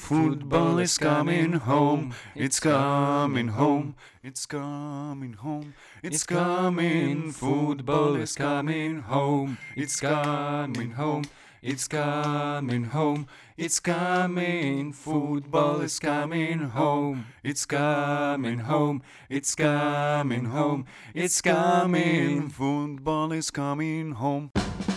Football is coming home. It's coming home. It's coming home. It's coming. Football is coming home. It's coming home. It's coming home. It's coming. Football is coming home. It's coming home. It's coming home. It's coming. Football is coming home.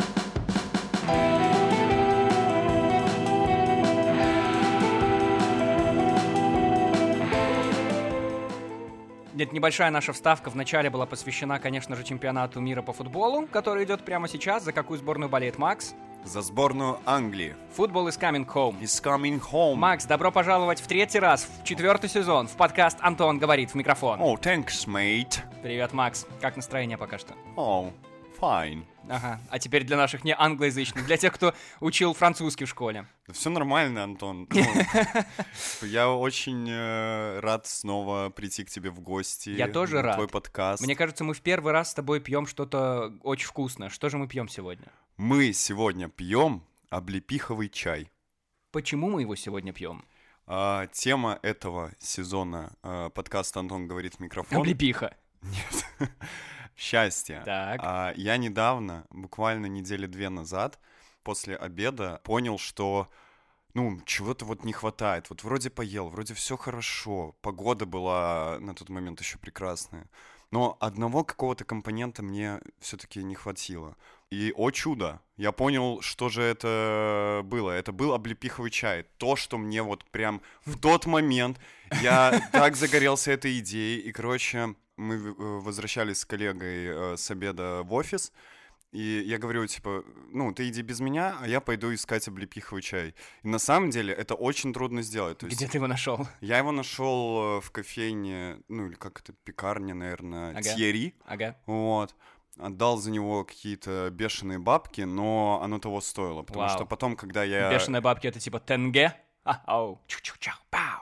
Нет, небольшая наша вставка в начале была посвящена, конечно же, чемпионату мира по футболу, который идет прямо сейчас. За какую сборную болеет Макс? За сборную Англии. Football is coming home. Is coming home. Макс, добро пожаловать в третий раз, в четвертый сезон, в подкаст «Антон говорит» в микрофон. Oh, thanks, mate. Привет, Макс. Как настроение пока что? Oh, fine. Ага, а теперь для наших не англоязычных, для тех, кто учил французский в школе. Да все нормально, Антон. Я очень рад снова прийти к тебе в гости. Я тоже рад. Твой подкаст. Мне кажется, мы в первый раз с тобой пьем что-то очень вкусное. Что же мы пьем сегодня? Мы сегодня пьем облепиховый чай. Почему мы его сегодня пьем? Тема этого сезона подкаста «Антон говорит в микрофон». Облепиха. Нет. Счастье. Так. Я недавно, буквально недели 2 назад, после обеда, понял, что, чего-то вот не хватает. Вот вроде поел, вроде все хорошо, погода была на тот момент еще прекрасная. Но одного какого-то компонента мне все-таки не хватило. И, о чудо, я понял, что же это было. Это был облепиховый чай. То, что мне вот прям в тот момент я так загорелся этой идеей. И, короче, мы возвращались с коллегой с обеда в офис. И я говорю, типа, ты иди без меня, а я пойду искать облепиховый чай. И на самом деле это очень трудно сделать. То есть, Где ты его нашел? Я его нашел в кофейне, или как это, пекарня, наверное, Тьерри. Ага. Вот. Отдал за него какие-то бешеные бабки, но оно того стоило. Потому что потом, когда я... Бешеные бабки — это типа тенге? Ау. Чу-чу-чу. Пау.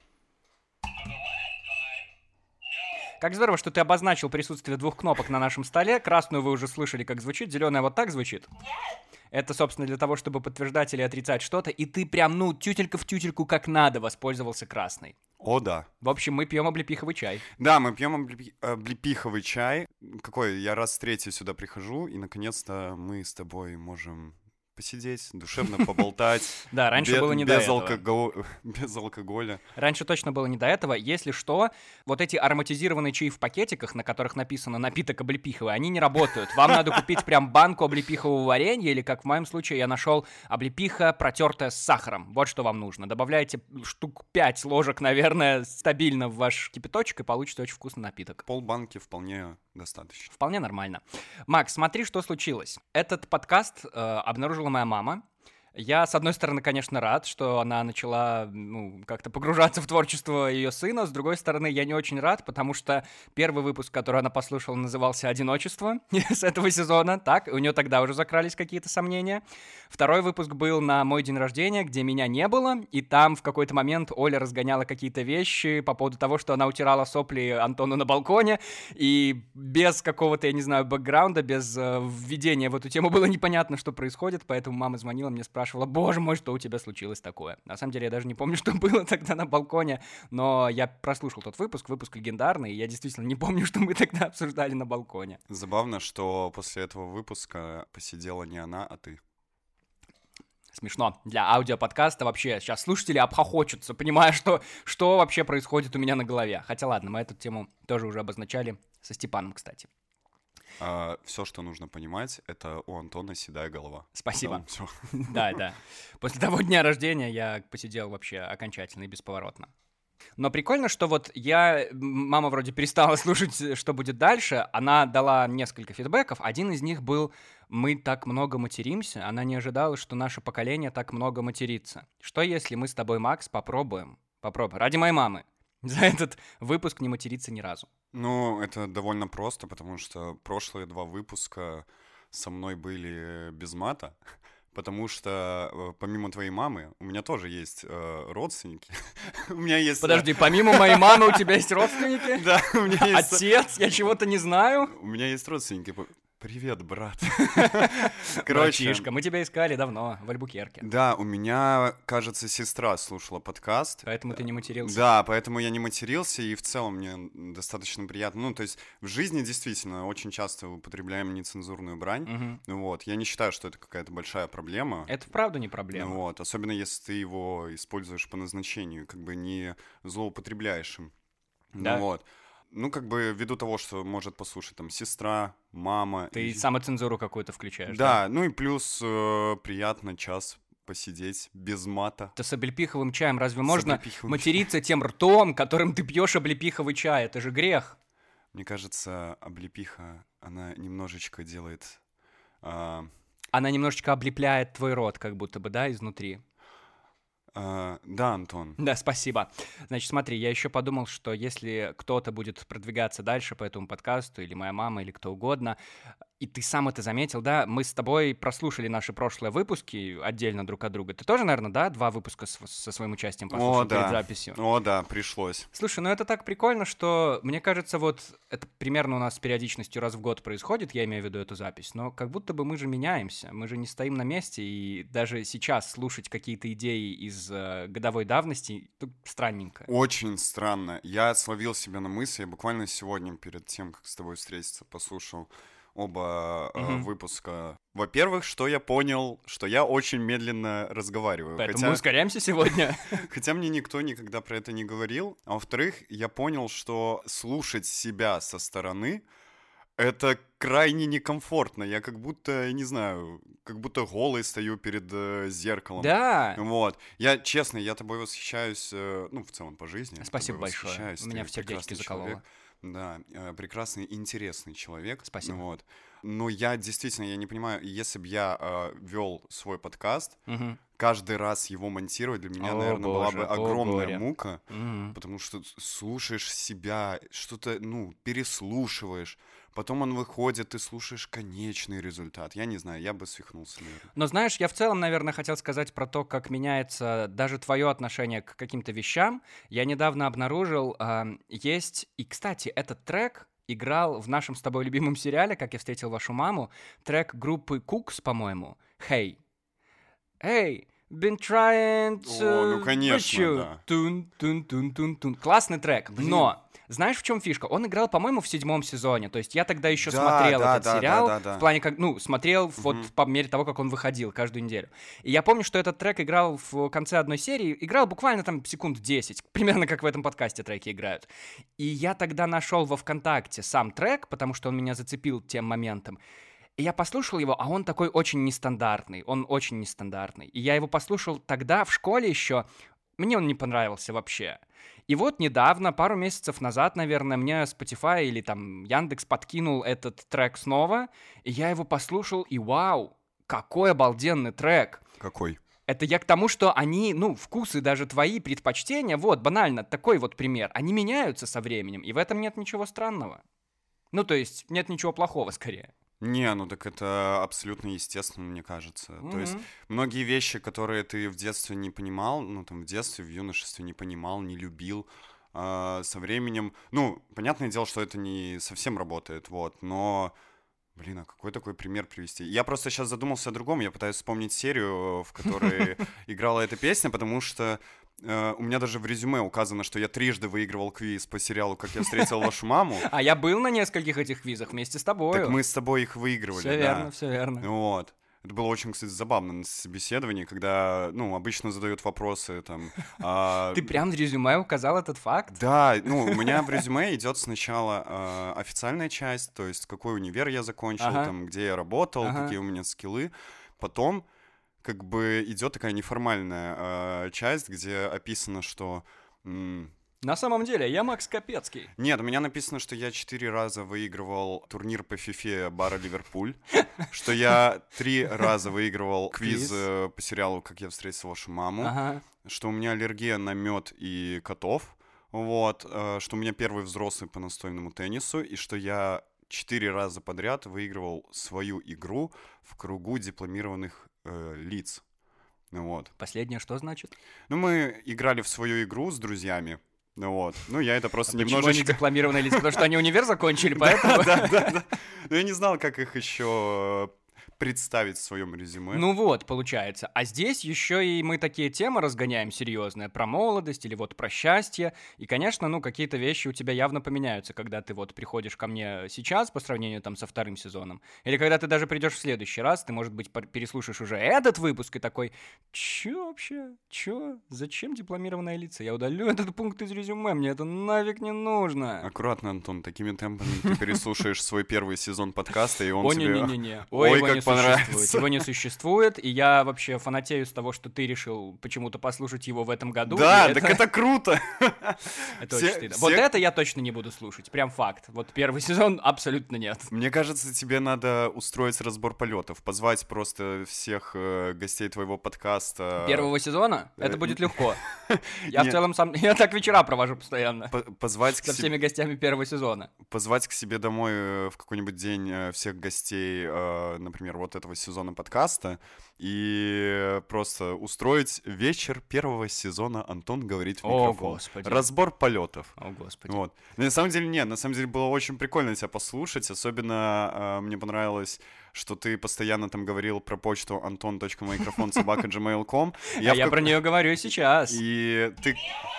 Как здорово, что ты обозначил присутствие 2 кнопок на нашем столе. Красную вы уже слышали, как звучит, зеленая вот так звучит. Это, собственно, для того, чтобы подтверждать или отрицать что-то, и ты прям, тютелька в тютельку как надо воспользовался красной. О, да. В общем, мы пьем облепиховый чай. Да, мы пьем облепиховый чай. Я раз в третий сюда прихожу, и, наконец-то, мы с тобой можем посидеть, душевно поболтать. Да, раньше было не до этого. Без алкоголя. Раньше точно было не до этого. Если что, вот эти ароматизированные чаи в пакетиках, на которых написано «напиток облепиховый», они не работают. Вам надо купить прям банку облепихового варенья, или, как в моем случае, я нашел облепиха, протертая с сахаром. Вот что вам нужно. Добавляете штук 5 ложек, наверное, стабильно в ваш кипяточек, и получите очень вкусный напиток. Полбанки вполне достаточно. Вполне нормально. Макс, смотри, что случилось. Этот подкаст обнаружила моя мама. Я, с одной стороны, конечно, рад, что она начала, как-то погружаться в творчество ее сына. С другой стороны, я не очень рад, потому что первый выпуск, который она послушала, назывался «Одиночество» с этого сезона. Так, у нее тогда уже закрались какие-то сомнения. Второй выпуск был на мой день рождения, где меня не было, и там в какой-то момент Оля разгоняла какие-то вещи по поводу того, что она утирала сопли Антону на балконе, и без какого-то, я не знаю, бэкграунда, без введения в эту тему было непонятно, что происходит, поэтому мама звонила мне, спрашивала: «Боже мой, что у тебя случилось такое?» На самом деле я даже не помню, что было тогда на балконе, но я прослушал тот выпуск легендарный, и я действительно не помню, что мы тогда обсуждали на балконе. Забавно, что после этого выпуска посидела не она, а ты. Смешно. Для аудиоподкаста вообще сейчас слушатели обхохочутся, понимая, что вообще происходит у меня на голове. Хотя ладно, мы эту тему тоже уже обозначали со Степаном, кстати. Все, что нужно понимать, это у Антона седая голова. Спасибо. Да. После того дня рождения я посидел вообще окончательно и бесповоротно. Но прикольно, что вот мама вроде перестала слушать, что будет дальше. Она дала несколько фидбэков. Один из них был: мы так много материмся. Она не ожидала, что наше поколение так много матерится. Что если мы с тобой, Макс, попробуем ради моей мамы за этот выпуск не материться ни разу? Это довольно просто, потому что прошлые 2 выпуска со мной были без мата, потому что помимо твоей мамы у меня тоже есть родственники. У меня есть... Подожди, помимо моей мамы у тебя есть родственники? Да, у меня есть... Отец? Я чего-то не знаю? У меня есть родственники. Привет, брат. Братишка, мы тебя искали давно, в Альбукерке. Да, у меня, кажется, сестра слушала подкаст. Поэтому ты не матерился. Да, поэтому я не матерился, и в целом мне достаточно приятно. Ну, то есть в жизни действительно очень часто употребляем нецензурную брань. Мгм. Вот, я не считаю, что это какая-то большая проблема. Это вправду не проблема. Вот, особенно если ты его используешь по назначению, как бы не злоупотребляешь им. Да. Вот. Ну, как бы ввиду того, что может послушать там сестра, мама. Ты и- самоцензуру какую-то включаешь, Да, ну и плюс приятно час посидеть без мата. Да с облепиховым чаем разве С можно облепиховым материться тем ртом, которым ты пьешь облепиховый чай? Это же грех. Мне кажется, облепиха, она немножечко делает... а, Она немножечко облепляет твой рот, как будто бы, да, изнутри. да, Антон. Да, спасибо. Значит, смотри, я еще подумал, что если кто-то будет продвигаться дальше по этому подкасту, или моя мама, или кто угодно, и ты сам это заметил, да, мы с тобой прослушали наши прошлые выпуски отдельно друг от друга. Ты тоже, наверное, да, 2 выпуска со своим участием послушал перед записью? О, да, пришлось. Слушай, ну это так прикольно, что, мне кажется, вот это примерно у нас с периодичностью раз в год происходит, я имею в виду эту запись, но как будто бы мы же меняемся, мы же не стоим на месте, и даже сейчас слушать какие-то идеи из годовой давности тут странненько. Очень странно. Я словил себя на мысли, я буквально сегодня перед тем, как с тобой встретиться, послушал оба Мгм. выпуска. Во-первых, что я понял, что я очень медленно разговариваю. Поэтому мы ускоряемся сегодня. Хотя мне никто никогда про это не говорил. А во-вторых, я понял, что слушать себя со стороны — это крайне некомфортно. Я как будто, я не знаю, как будто голый стою перед зеркалом. Да, Вот. Я, честно, я тобой восхищаюсь, ну, в целом по жизни. спасибо тобой большое. восхищаюсь. У меня Ты в сердечке прекрасный закололо. человек. Да, прекрасный, интересный человек. Спасибо. Вот. Но я действительно, я не понимаю, если бы я вел свой подкаст, Мгм. каждый раз его монтировать для меня, О, наверное, была бы боже, о, огромная горе. мука, Мгм. потому что слушаешь себя, что-то, ну, переслушиваешь, потом он выходит, ты слушаешь конечный результат. Я не знаю, я бы свихнулся, наверное. Но знаешь, я в целом, наверное, хотел сказать про то, как меняется даже твое отношение к каким-то вещам. Я недавно обнаружил, есть... И, кстати, этот трек играл в нашем с тобой любимом сериале «Как я встретил вашу маму», трек группы Кукс, по-моему, «Hey». «Hey, been trying to О, ну, reach конечно, you». да. Тун-тун-тун-тун-тун. Классный трек, Блин. но... Знаешь, в чем фишка? Он играл, по-моему, в 7 сезоне. То есть я тогда еще Да, смотрел да, этот да, сериал. да, да. В плане, как, ну, смотрел вот Мгм. по мере того, как он выходил каждую неделю. И я помню, что этот трек играл в конце одной серии. Играл буквально там секунд 10. Примерно как в этом подкасте треки играют. И я тогда нашел во ВКонтакте сам трек, потому что он меня зацепил тем моментом. И я послушал его, а он такой очень нестандартный. Он очень нестандартный. И я его послушал тогда в школе еще. Мне он не понравился вообще. И вот недавно, пару месяцев назад, наверное, мне Spotify или там Яндекс подкинул этот трек снова, и я его послушал, и вау, какой обалденный трек. Какой? Это я к тому, что они, ну, вкусы, даже твои предпочтения, вот, банально, такой вот пример, они меняются со временем, и в этом нет ничего странного. Ну, то есть, нет ничего плохого, скорее. Не, ну так это абсолютно естественно, мне кажется. То есть Мгм. многие вещи, которые ты в детстве не понимал, ну там в детстве, в юношестве не понимал, не любил, со временем, ну, понятное дело, что это не совсем работает, вот, но, блин, а какой такой пример привести? Я просто сейчас задумался о другом, я пытаюсь вспомнить серию, в которой играла эта песня, потому что у меня даже в резюме указано, что я трижды выигрывал квиз по сериалу «Как я встретил вашу маму». А я был на нескольких этих квизах вместе с тобой. Так мы с тобой их выигрывали, Все да. верно, все верно. Вот. Это было очень, кстати, забавно на собеседовании, когда, ну, обычно задают вопросы там. Ты прям в резюме указал этот факт? Да, ну, у меня в резюме идет сначала официальная часть, то есть какой универ я закончил, Ага. там, где я работал, Ага. какие у меня скиллы. Потом как бы идет такая неформальная часть, где описано, что... На самом деле, я Макс Капецкий. Нет, у меня написано, что я 4 раза выигрывал турнир по фифе бара «Ливерпуль», что я 3 раза выигрывал квиз Квиз. по сериалу «Как я встретил вашу маму», Ага. что у меня аллергия на мед и котов, вот, что у меня первый взрослый по настольному теннису, и что я 4 раза подряд выигрывал свою игру в кругу дипломированных лиц. Вот. Последнее что значит? Ну, мы играли в свою игру с друзьями. Ну вот. Ну, я это просто Почему они немножечко... дипломированные лица? Потому что они универ закончили, поэтому... Да. Но я не знал, как их еще представить в своем резюме. Ну вот, получается. А здесь еще и мы такие темы разгоняем серьезные про молодость или вот про счастье. И, конечно, ну, какие-то вещи у тебя явно поменяются, когда ты вот приходишь ко мне сейчас по сравнению там со вторым сезоном. Или когда ты даже придешь в следующий раз, ты, может быть, переслушаешь уже этот выпуск и такой: чё вообще? Чё? Зачем дипломированные лица? Я удалю этот пункт из резюме, мне это нафиг не нужно. Аккуратно, Антон, такими темпами ты переслушаешь свой первый сезон подкаста, и он О, тебе... не-не-не. Ой, Его как не понравится. существует. Его не существует, и я вообще фанатею с того, что ты решил почему-то послушать его в этом году. Да, и так это круто. Это очень стыдно. Вот это я точно не буду слушать, прям факт. Вот первый сезон абсолютно нет. Мне кажется, тебе надо устроить разбор полетов, позвать просто всех гостей твоего подкаста. Первого сезона? Это будет легко. Я в Нет. целом сам... Я так вечера провожу постоянно. Позвать Со всеми гостями первого сезона. позвать к себе домой в какой-нибудь день всех гостей, например, вот этого сезона подкаста, и просто устроить вечер первого сезона «Антон говорит в О, микрофон». Господи. Разбор полетов. О, Господи. Вот. Но на самом деле нет, на самом деле было очень прикольно тебя послушать, особенно мне понравилось, что ты постоянно там говорил про почту anton.microphone@gmail.com. Я про нее говорю сейчас. И ты...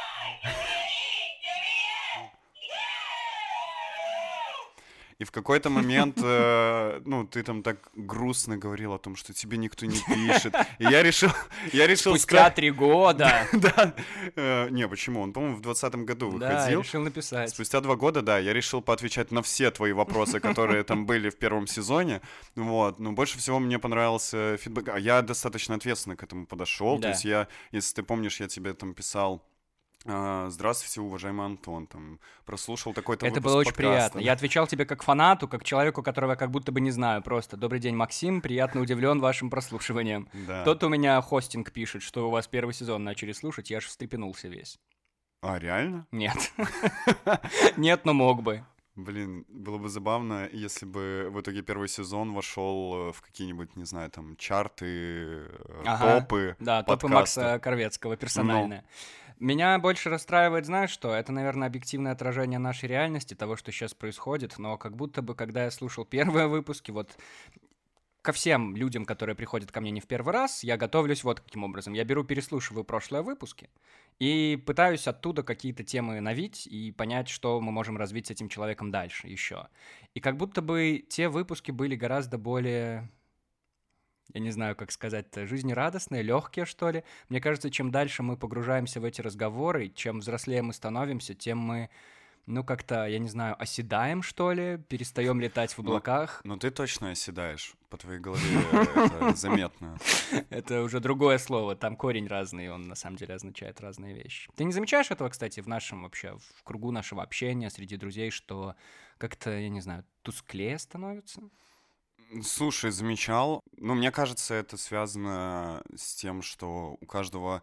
И в какой-то момент, ну, ты там так грустно говорил о том, что тебе никто не пишет. И я решил Спустя 3 года. Да. Не, почему? Он, по-моему, в 2020 году Да, я выходил. решил написать. Спустя 2 года, да, я решил поотвечать на все твои вопросы, которые там были в первом сезоне. Вот. Но больше всего мне понравился фидбэк. А я достаточно ответственно к этому подошел. То Да. есть если ты помнишь, я тебе там писал: здравствуйте, уважаемый Антон, там, прослушал такой-то Это выпуск было очень подкаста. приятно. Я отвечал тебе как фанату, как человеку, которого я как будто бы не знаю просто. Добрый день, Максим, приятно удивлен вашим прослушиванием. Да. Тот у меня хостинг пишет, что у вас первый сезон начали слушать, я аж встрепенулся весь. А, реально? Нет. Нет, но мог бы. Блин, было бы забавно, если бы в итоге первый сезон вошел в какие-нибудь, не знаю, там, чарты, Ага. топы Да, топы подкаста. Макса Корвецкого, персональные. Меня больше расстраивает, знаешь что? Это, наверное, объективное отражение нашей реальности, того, что сейчас происходит, но как будто бы, когда я слушал первые выпуски, вот ко всем людям, которые приходят ко мне не в первый раз, я готовлюсь вот каким образом. Я беру, переслушиваю прошлые выпуски и пытаюсь оттуда какие-то темы навить и понять, что мы можем развить с этим человеком дальше еще. И как будто бы те выпуски были гораздо более... Я не знаю, как сказать-то, жизнерадостные, легкие, что ли. Мне кажется, чем дальше мы погружаемся в эти разговоры, чем взрослее мы становимся, тем мы, ну, как-то, я не знаю, оседаем, что ли, перестаем летать в облаках. Ну, ты точно оседаешь, по твоей голове это заметно. Это уже другое слово, там корень разный, он на самом деле означает разные вещи. Ты не замечаешь этого, кстати, в нашем вообще, в кругу нашего общения, среди друзей, что как-то, я не знаю, тусклее становится? Слушай, замечал. Ну, мне кажется, это связано с тем, что у каждого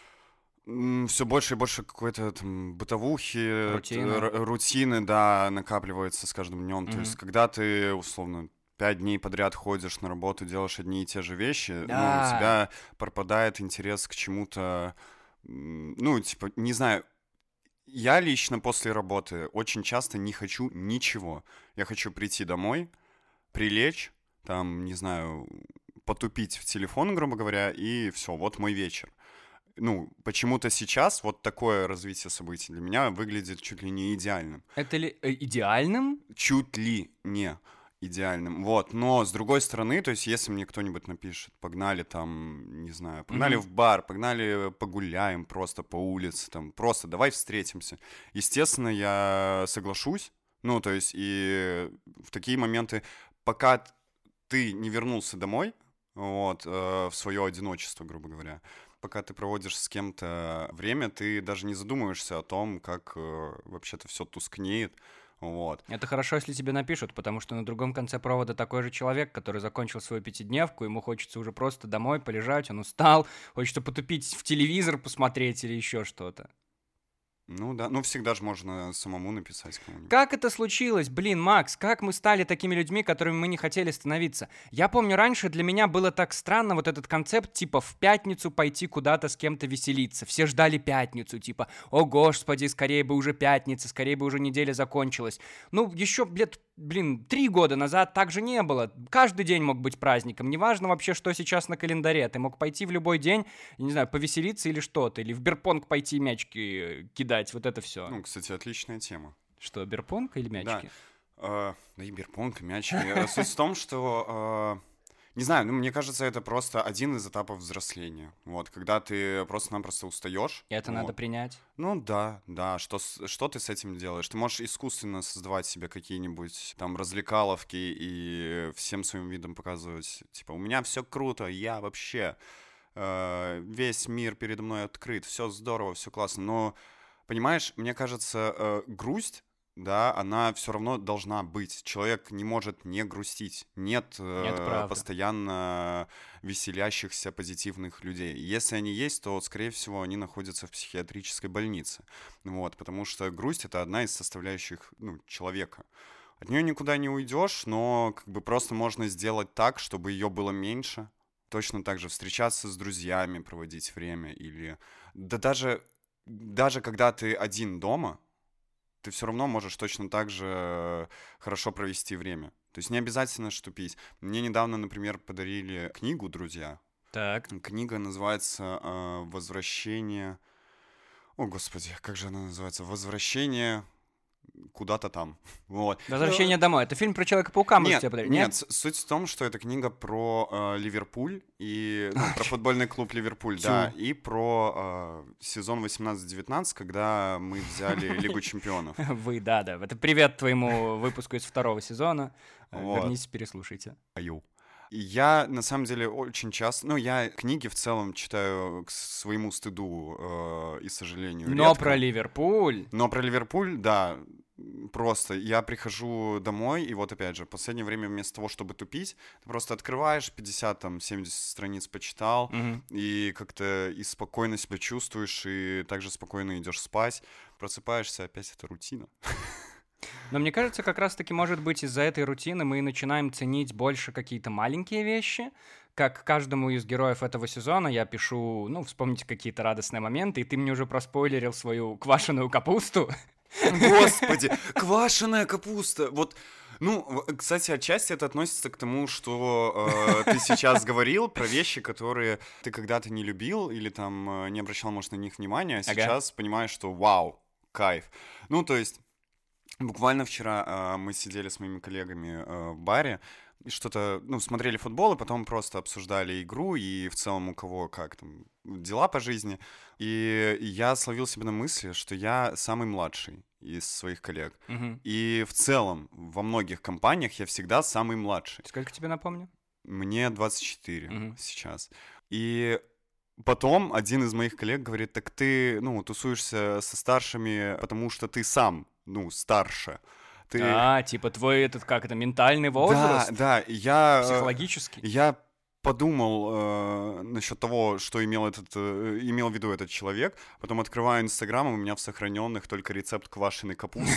все больше и больше какой-то там бытовухи, Рутины. рутины, да, накапливается с каждым днем. То Мгм. есть, когда ты, условно, 5 дней подряд ходишь на работу, делаешь одни и те же вещи, ну, у Да. тебя пропадает интерес к чему-то, ну, типа, не знаю, я лично после работы очень часто не хочу ничего. Я хочу прийти домой, прилечь, там, не знаю, потупить в телефон, грубо говоря, и все, вот мой вечер. Ну, почему-то сейчас вот такое развитие событий для меня выглядит чуть ли не идеальным. Это ли идеальным? Чуть ли не идеальным. Вот, но с другой стороны, то есть если мне кто-нибудь напишет: погнали там, не знаю, погнали Мгм. в бар, погнали погуляем просто по улице, там, просто давай встретимся. Естественно, я соглашусь. Ну, то есть и в такие моменты, пока ты не вернулся домой, вот, в свое одиночество, грубо говоря, пока ты проводишь с кем-то время, ты даже не задумываешься о том, как вообще-то все тускнеет, вот. Это хорошо, если тебе напишут, потому что на другом конце провода такой же человек, который закончил свою пятидневку, ему хочется уже просто домой полежать, он устал, хочется потупить в телевизор посмотреть или еще что-то. Ну да, ну всегда же можно самому написать кому-нибудь. Как это случилось? Блин, Макс, как мы стали такими людьми, которыми мы не хотели становиться? Я помню, раньше для меня было так странно вот этот концепт, типа, в пятницу пойти куда-то с кем-то веселиться. Все ждали пятницу, типа, о господи, скорее бы уже пятница, скорее бы уже неделя закончилась. Ну, еще лет, 3 года назад так же не было. Каждый день мог быть праздником. Неважно вообще, что сейчас на календаре. Ты мог пойти в любой день, не знаю, повеселиться или что-то. Или в бирпонг пойти мячики кидать. Вот это все. Ну, кстати, отличная тема. Что, бирпонг или мячики? Да, и бирпонг, и мячики. Суть в том, что... Не знаю, ну, мне кажется, это просто один из этапов взросления. Вот, когда ты просто-напросто устаешь. И это надо принять. Ну да, что ты с этим делаешь? Ты можешь искусственно создавать себе какие-нибудь там развлекаловки и всем своим видом показывать, типа, у меня все круто, я вообще, весь мир передо мной открыт, все здорово, все классно. Но, понимаешь, мне кажется, грусть, да, она все равно должна быть. Человек не может не грустить. Нет правда. постоянно веселящихся, позитивных людей. Если они есть, то, скорее всего, они находятся в психиатрической больнице. Вот, потому что грусть — это одна из составляющих, ну, человека. От нее никуда не уйдешь, но как бы просто можно сделать так, чтобы ее было меньше. Точно так же встречаться с друзьями, проводить время или... Да даже когда ты один дома, ты все равно можешь точно так же хорошо провести время. То есть не обязательно штупить. Мне недавно, например, подарили книгу друзья. Так. Книга называется «Возвращение...» О, господи, как же она называется? «Возвращение куда-то там». Вот. «Возвращение домой». Это фильм про Человека-паука, может, тебе подарить? Нет, суть в том, что это книга про Ливерпуль, и про футбольный клуб Ливерпуль, да, и про сезон 18-19, когда мы взяли Лигу чемпионов. Вы, да. Это привет твоему выпуску из 2-го сезона. Вот. Вернитесь, переслушайте. И я, на самом деле, очень часто... Ну, я книги в целом читаю к своему стыду и сожалению Но редко. про Ливерпуль... Но про Ливерпуль, да, просто я прихожу домой, и вот опять же, в последнее время вместо того, чтобы тупить, ты просто открываешь, 50-70 страниц почитал, и как-то и спокойно себя чувствуешь, и также спокойно идешь спать, просыпаешься, опять это рутина. Но мне кажется, как раз-таки, может быть, из-за этой рутины мы начинаем ценить больше какие-то маленькие вещи. Как каждому из героев этого сезона я пишу, ну, вспомните какие-то радостные моменты, и ты мне уже проспойлерил свою квашеную капусту. Господи, квашеная капуста! Вот, ну, кстати, отчасти это относится к тому, что ты сейчас говорил про вещи, которые ты когда-то не любил или там не обращал, может, на них внимания, а сейчас понимаешь, что вау, кайф. Ну, то есть... Буквально вчера мы сидели с моими коллегами в баре и что-то, ну, смотрели футбол, и потом просто обсуждали игру и в целом у кого как там дела по жизни. И я словил себя на мысли, что я самый младший из своих коллег. И в целом во многих компаниях я всегда самый младший. Сколько тебе, напомню? Мне 24 сейчас. И потом один из моих коллег говорит: так ты, ну, тусуешься со старшими, потому что ты сам, ну, старше. Ты... типа твой этот, как это, ментальный возраст? Да, я... Психологический? Я подумал насчет того, что имел в виду этот человек, потом открываю Инстаграм, и у меня в сохраненных только рецепт квашеной капусты.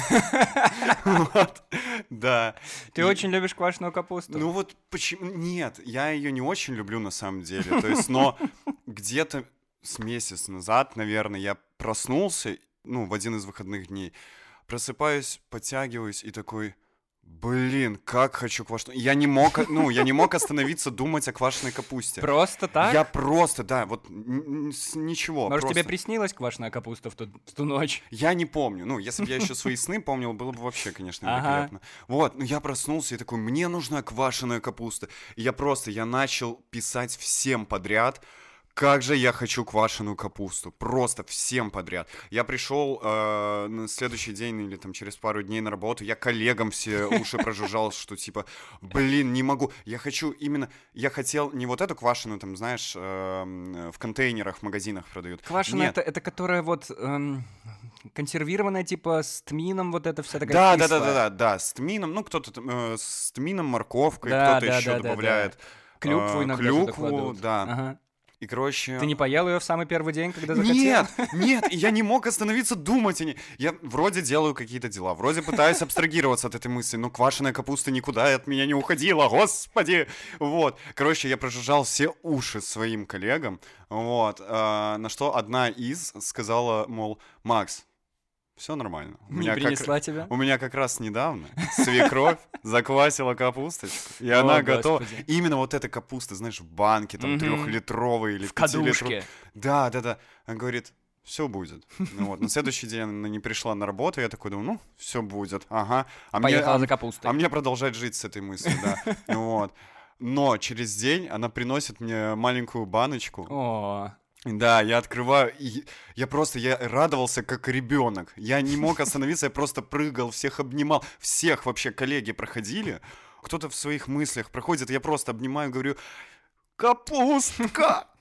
Да. Ты очень любишь квашеную капусту? Ну вот почему... Нет, я ее не очень люблю на самом деле. То есть, но где-то с месяц назад, наверное, я проснулся, ну, в один из выходных дней, просыпаюсь, подтягиваюсь и такой... Блин, как хочу квашеную... Я не мог остановиться думать о квашеной капусте. Просто так? Я просто, да, вот ничего. Может, тебе приснилась квашеная капуста в ту ночь? Я не помню. Ну, если бы я еще свои сны помнил, было бы вообще, конечно, великолепно. Вот, ну я проснулся и такой: мне нужна квашеная капуста. И я начал писать всем подряд, как же я хочу квашеную капусту. Просто всем подряд. Я пришел на следующий день или там через пару дней на работу, я коллегам все уши прожужжал, что типа, блин, не могу. Я хотел не вот эту квашеную, там, знаешь, в контейнерах в магазинах продают. Квашеная — это которая вот консервированная, типа с тмином, вот эта вся такая кислая. Да, с тмином. Ну, кто-то с тмином, морковкой, кто-то еще добавляет клюкву иногда туда кладут. да. Ага. И, короче... Ты не поел ее в самый первый день, когда захотел? Нет, и я не мог остановиться думать о ней. Я вроде делаю какие-то дела, вроде пытаюсь абстрагироваться от этой мысли, но квашеная капуста никуда от меня не уходила, господи! Вот. Короче, я прожужжал все уши своим коллегам, вот. На что одна из сказала, мол, Макс, все нормально. Не принесла тебя? У меня как раз недавно свекровь заквасила капусточку, и она готова. Господи. Именно вот эта капуста, знаешь, в банке, там, 3-литровой или 5-литровой. Кадушке. Да. Она говорит, все будет. Ну вот, на следующий день она не пришла на работу, я такой думаю, ну, все будет, ага. Поехала за капустой. А мне продолжать жить с этой мыслью, да. Вот. Но через день она приносит мне маленькую баночку. О, Да, я открываю, и я радовался как ребенок. Я не мог остановиться, я просто прыгал, всех обнимал. Всех вообще коллеги проходили. Кто-то в своих мыслях проходит, я просто обнимаю, говорю, капустка!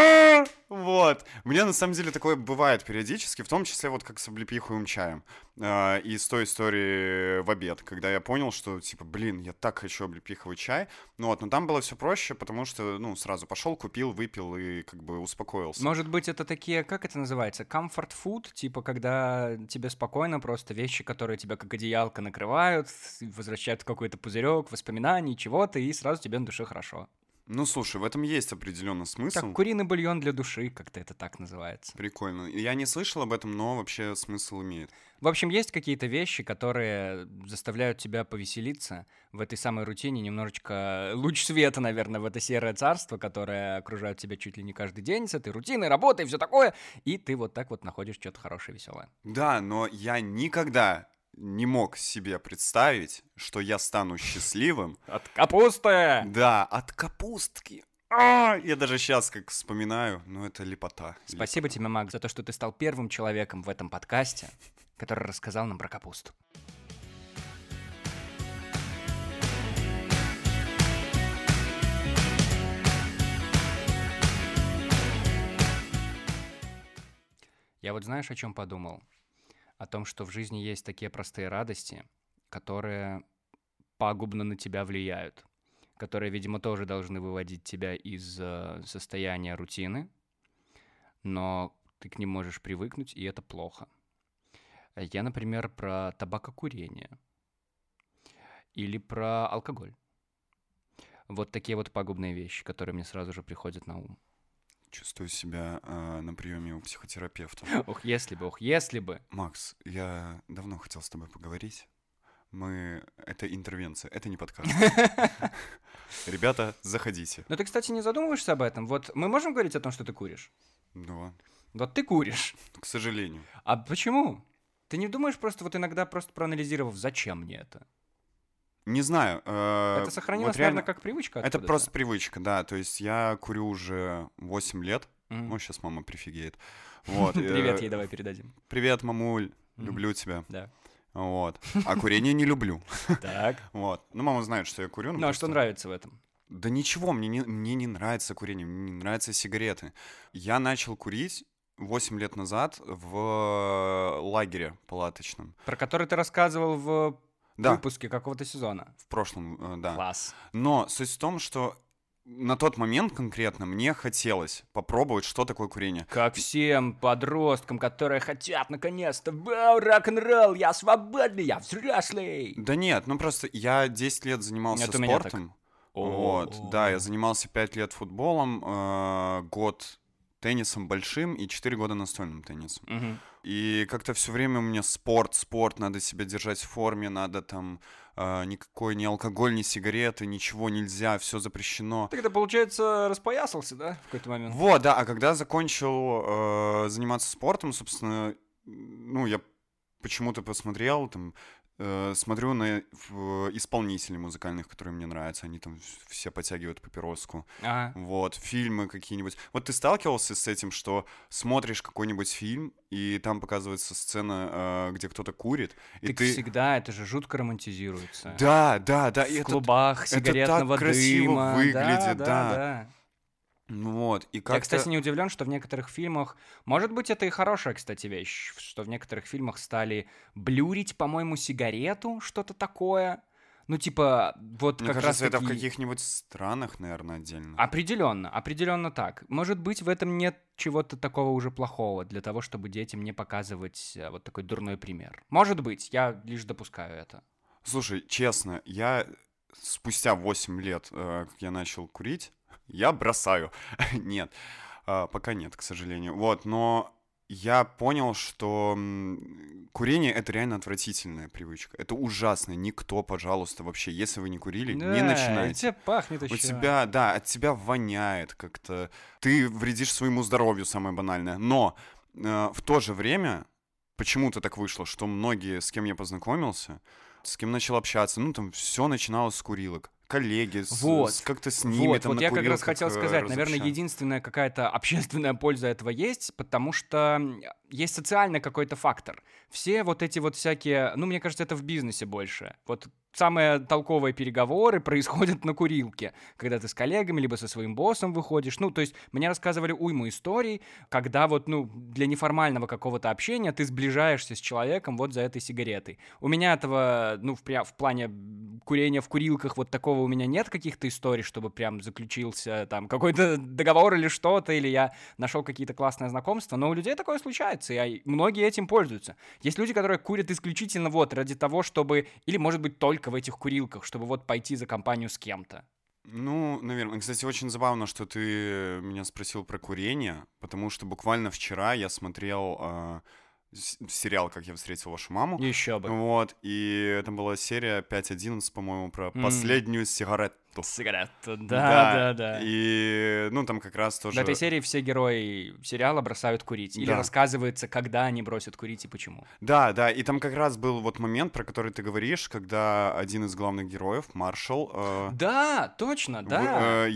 Вот. У меня на самом деле такое бывает периодически, в том числе вот как с облепиховым чаем. И с той истории в обед, когда я понял, что, типа, блин, я так хочу облепиховый чай. Ну вот, но там было все проще, потому что, ну, сразу пошел, купил, выпил и как бы успокоился. может быть, это такие, как это называется, comfort food, типа, когда тебе спокойно просто вещи, которые тебя как одеялко накрывают, возвращают в какой-то пузырек воспоминаний, чего-то, и сразу тебе на душе хорошо. Ну, слушай, в этом есть определенный смысл. Так, куриный бульон для души, как-то это так называется. Прикольно. Я не слышал об этом, но вообще смысл имеет. В общем, есть какие-то вещи, которые заставляют тебя повеселиться в этой самой рутине, немножечко луч света, наверное, в это серое царство, которое окружает тебя чуть ли не каждый день с этой рутиной, работой и все такое, и ты вот так вот находишь что-то хорошее, веселое. Да, но я никогда не мог себе представить, что я стану счастливым. От капусты! Да, от капустки. Я даже сейчас как вспоминаю, ну это лепота. Спасибо тебе, Макс, за то, что ты стал первым человеком в этом подкасте, который рассказал нам про капусту. Я вот знаешь, о чем подумал? О том, что в жизни есть такие простые радости, которые пагубно на тебя влияют, которые, видимо, тоже должны выводить тебя из состояния рутины, но ты к ним можешь привыкнуть, и это плохо. Я, например, про табакокурение или про алкоголь. Вот такие вот пагубные вещи, которые мне сразу же приходят на ум. Чувствую себя на приеме у психотерапевта. Ох, если бы, ох, если бы. Макс, я давно хотел с тобой поговорить. Это интервенция, это не подкаст. Ребята, заходите. Но ты, кстати, не задумываешься об этом? Вот мы можем говорить о том, что ты куришь? Да, Вот ты куришь. к сожалению. А почему? Ты не думаешь просто вот иногда просто проанализировав, зачем мне это? Не знаю. Это сохранилось, вот реально, наверное, как привычка это откуда-то? просто привычка, да. То есть я курю уже 8 лет. Мгм. Ну, сейчас мама прифигеет. Вот. Привет ей давай передадим. Привет, мамуль. Мгм. Люблю тебя. Да. Вот. А курение не люблю. Так. Вот. Ну, мама знает, что я курю. Ну, а что просто- нравится в этом? Да ничего, мне не нравится курение, мне не нравятся сигареты. Я начал курить 8 лет назад в лагере палаточном. Про который ты рассказывал в Да, выпуске какого-то сезона. в прошлом, да. Класс. Но суть в том, что на тот момент конкретно мне хотелось попробовать, что такое курение. Как всем подросткам, которые хотят наконец-то, вау, рок-н-ролл, я свободный, я взрослый. Да нет, ну просто я 10 лет занимался Это у меня так. спортом. Вот, да, я занимался 5 лет футболом, год теннисом большим и 4 года настольным теннисом. Мгм. И как-то все время у меня спорт, надо себя держать в форме, надо там никакой ни алкоголь, ни сигареты, ничего нельзя, все запрещено. Ты когда, получается, распоясался, да, в какой-то момент? Вот, да, а когда закончил заниматься спортом, собственно, ну, я почему-то посмотрел, там, смотрю на исполнителей музыкальных, которые мне нравятся, они там все подтягивают папироску. Ага. Вот, фильмы какие-нибудь. Вот ты сталкивался с этим, что смотришь какой-нибудь фильм, и там показывается сцена, где кто-то курит, и Так ты... всегда это же жутко романтизируется. Да, и В это клубах сигаретного так красиво дыма. выглядит, да. да. Ну вот, и Я, как-то... кстати, не удивлен, что в некоторых фильмах, может быть, это и хорошая, кстати, вещь, что в некоторых фильмах стали блюрить, по-моему, сигарету, что-то такое. Ну, типа, вот Мне как раз кажется, это в таки... каких-нибудь странах, наверное, отдельно. Определенно так. Может быть, в этом нет чего-то такого уже плохого для того, чтобы детям не показывать вот такой дурной пример. Может быть, я лишь допускаю это. Слушай, честно, я спустя 8 лет, как я начал курить, я бросаю. Нет, пока нет, к сожалению. Вот, но я понял, что курение — это реально отвратительная привычка. Это ужасно. Никто, пожалуйста, вообще, если вы не курили, не Да, и начинайте. тебе пахнет У еще. тебя, да, от тебя воняет как-то. Ты вредишь своему здоровью, самое банальное. Но в то же время почему-то так вышло, что многие, с кем я познакомился, с кем начал общаться, ну, там все начиналось с курилок. Коллеги, Вот, как-то с ними там вот на я как раз курилках хотел сказать, наверное, разобщаться. единственная какая-то общественная польза этого есть, потому что есть социальный какой-то фактор. Все вот эти вот всякие, ну, мне кажется, это в бизнесе больше. Вот самые толковые переговоры происходят на курилке, когда ты с коллегами либо со своим боссом выходишь. Ну, то есть мне рассказывали уйму историй, когда вот, ну, для неформального какого-то общения ты сближаешься с человеком вот за этой сигаретой. У меня этого, ну, в плане курения в курилках вот такого у меня нет каких-то историй, чтобы прям заключился там какой-то договор или что-то, или я нашел какие-то классные знакомства, но у людей такое случается, и многие этим пользуются. Есть люди, которые курят исключительно вот ради того, чтобы, или, может быть, только в этих курилках, чтобы вот пойти за компанию с кем-то. Ну, наверное. Кстати, очень забавно, что ты меня спросил про курение, потому что буквально вчера я смотрел сериал «Как я встретил вашу маму». Еще бы. Вот, и это была серия 5.11, по-моему, про последнюю сигарету. Сигарету, Да, да. и, ну, там как раз В тоже... этой серии все герои сериала бросают курить. Или Да. рассказывается, когда они бросят курить и почему. Да, и там как раз был вот момент, про который ты говоришь, когда один из главных героев, Маршал, Да, точно, да.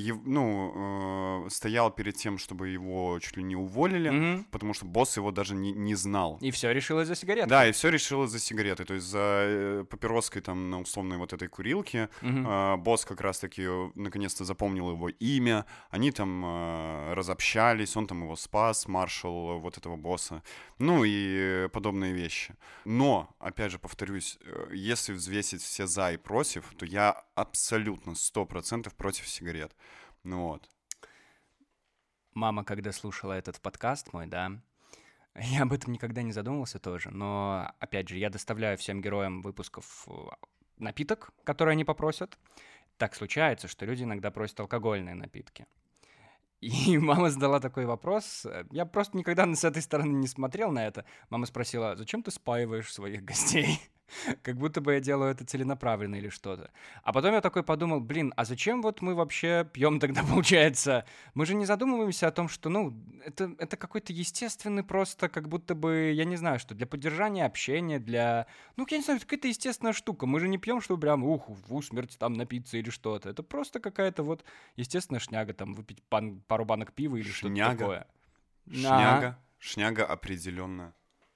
стоял перед тем, чтобы его чуть ли не уволили, Мгм. потому что босс его даже не знал. И все решилось за сигареты. Да, и все решилось за сигареты, то есть за папироской там на условной вот этой курилке. Босс как раз-таки наконец-то запомнил его имя, они там разобщались, он там его спас, Маршал, вот этого босса, ну и подобные вещи. Но, опять же, повторюсь, если взвесить все за и против, то я абсолютно 100% против сигарет. Ну вот. Мама, когда слушала этот подкаст мой, да, я об этом никогда не задумывался тоже, но, опять же, я доставляю всем героям выпусков напиток, который они попросят. Так случается, что люди иногда просят алкогольные напитки. И мама задала такой вопрос. Я просто никогда с этой стороны не смотрел на это. Мама спросила, зачем ты спаиваешь своих гостей? Как будто бы я делаю это целенаправленно или что-то. А потом я такой подумал, блин, а зачем вот мы вообще пьем тогда, получается? Мы же не задумываемся о том, что, ну, это какой-то естественный просто, как будто бы, я не знаю, что для поддержания общения, для... Ну, я не знаю, это какая-то естественная штука. Мы же не пьем, чтобы прям, в усмерть там напиться или что-то. Это просто какая-то вот естественная шняга, там, выпить пару банок пива или что-то такое. Шняга определенно.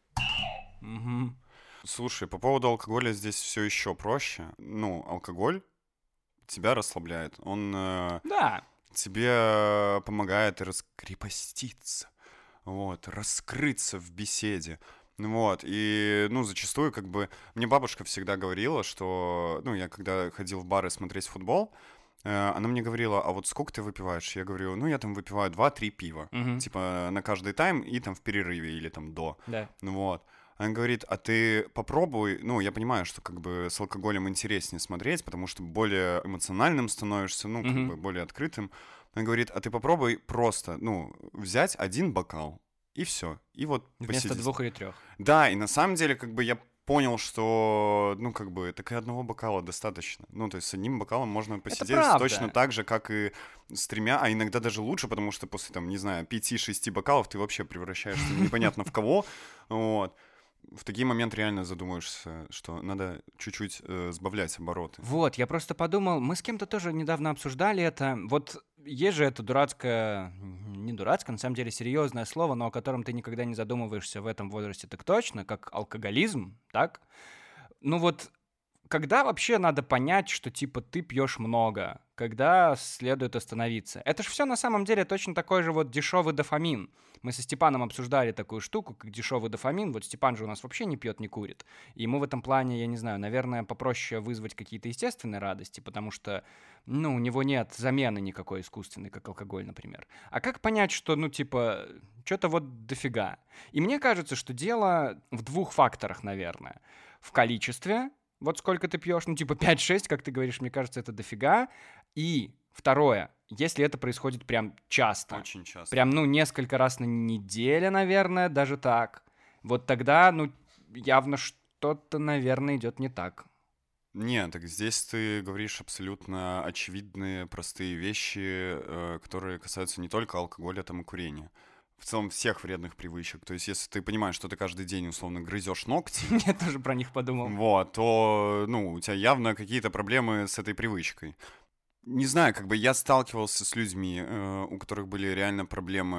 Угу. Слушай, по поводу алкоголя здесь все еще проще. Ну, алкоголь тебя расслабляет. Он Да. тебе помогает раскрепоститься, вот, раскрыться в беседе. Вот, и, ну, зачастую, как бы, мне бабушка всегда говорила, что, ну, я когда ходил в бары смотреть футбол, она мне говорила, а вот сколько ты выпиваешь? Я говорю, ну, я там выпиваю 2-3 пива, типа, на каждый тайм и там в перерыве или там до. Да. Вот. Она говорит, а ты попробуй, ну, я понимаю, что как бы с алкоголем интереснее смотреть, потому что более эмоциональным становишься, ну, как бы более открытым. Она говорит, а ты попробуй просто, ну, взять один бокал, и все. И вот Вместо посидеть. 2 или 3. Да, и на самом деле, как бы я понял, что, ну, как бы, так и одного бокала достаточно. Ну, то есть с одним бокалом можно посидеть точно так же, как и с 3, а иногда даже лучше, потому что после, там, не знаю, 5-6 бокалов ты вообще превращаешься непонятно в кого, вот. В такие моменты реально задумаешься, что надо чуть-чуть сбавлять обороты. Вот, я просто подумал, мы с кем-то тоже недавно обсуждали это. Вот есть же это дурацкое, не дурацкое, на самом деле серьезное слово, но о котором ты никогда не задумываешься в этом возрасте так точно, как алкоголизм, так? Ну вот, когда вообще надо понять, что, типа, ты пьешь много? Когда следует остановиться? Это же все на самом деле точно такой же вот дешевый дофамин. Мы со Степаном обсуждали такую штуку, как дешевый дофамин. Вот Степан же у нас вообще не пьет, не курит. И ему в этом плане, я не знаю, наверное, попроще вызвать какие-то естественные радости, потому что, ну, у него нет замены никакой искусственной, как алкоголь, например. А как понять, что, ну, типа, что-то вот дофига? И мне кажется, что дело в двух факторах, наверное. В количестве, вот сколько ты пьешь, ну, типа 5-6, как ты говоришь, мне кажется, это дофига. И второе, если это происходит прям часто. Очень часто. Прям, ну, несколько раз на неделю, наверное, даже так. Вот тогда, ну, явно что-то, наверное, идет не так. Нет, так здесь ты говоришь абсолютно очевидные, простые вещи, которые касаются не только алкоголя, там и курения. В целом всех вредных привычек. То есть, если ты понимаешь, что ты каждый день, условно, грызешь ногти, Я тоже про них подумал. вот, то, ну, у тебя явно какие-то проблемы с этой привычкой. Не знаю, как бы я сталкивался с людьми, у которых были реально проблемы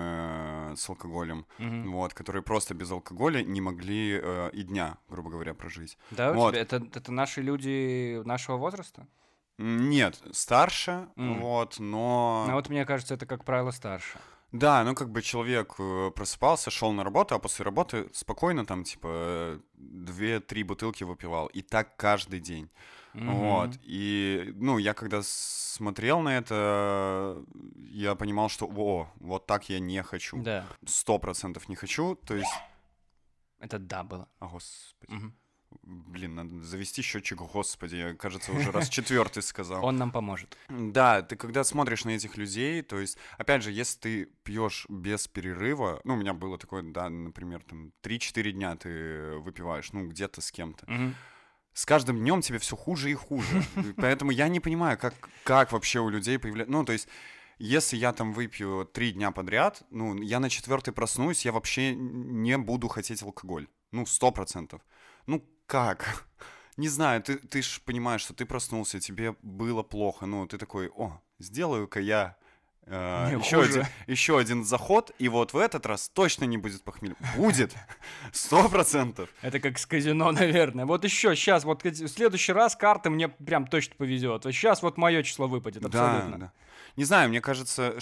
с алкоголем, Мгм. вот, которые просто без алкоголя не могли и дня, грубо говоря, прожить. Да, у Вот. тебя это наши люди нашего возраста? Нет, старше, вот, Ну но... вот мне кажется, это, как правило, старше. Да, ну как бы человек просыпался, шел на работу, а после работы спокойно там типа 2-3 бутылки выпивал. И так каждый день. Вот. Мгм. И, ну, я когда смотрел на это, я понимал, что, вот так я не хочу. Да, 100% не хочу. То есть, это да было. господи. Мгм. Блин, надо завести счетчик, господи, я, кажется, уже раз 4 сказал. Он нам поможет. Да, ты когда смотришь на этих людей, то есть, опять же, если ты пьешь без перерыва, ну, у меня было такое, да, например, там 3-4 дня ты выпиваешь, ну, где-то с кем-то. Мгм. С каждым днем тебе все хуже и хуже. И поэтому я не понимаю, как вообще у людей появляется... Ну, то есть, если я там выпью 3 дня подряд, ну, я на 4-й проснусь, я вообще не буду хотеть алкоголь. Ну, 100%. Ну, как? Не знаю, ты ж понимаешь, что ты проснулся, тебе было плохо, ну, ты такой, сделаю-ка я Не хуже. еще один заход, и вот в этот раз точно не будет похмелья. Будет, 100%. Это как с казино, наверное. Вот еще сейчас, вот в следующий раз карты мне прям точно повезет. Вот сейчас вот мое число выпадет, абсолютно. Да. Не знаю, мне кажется,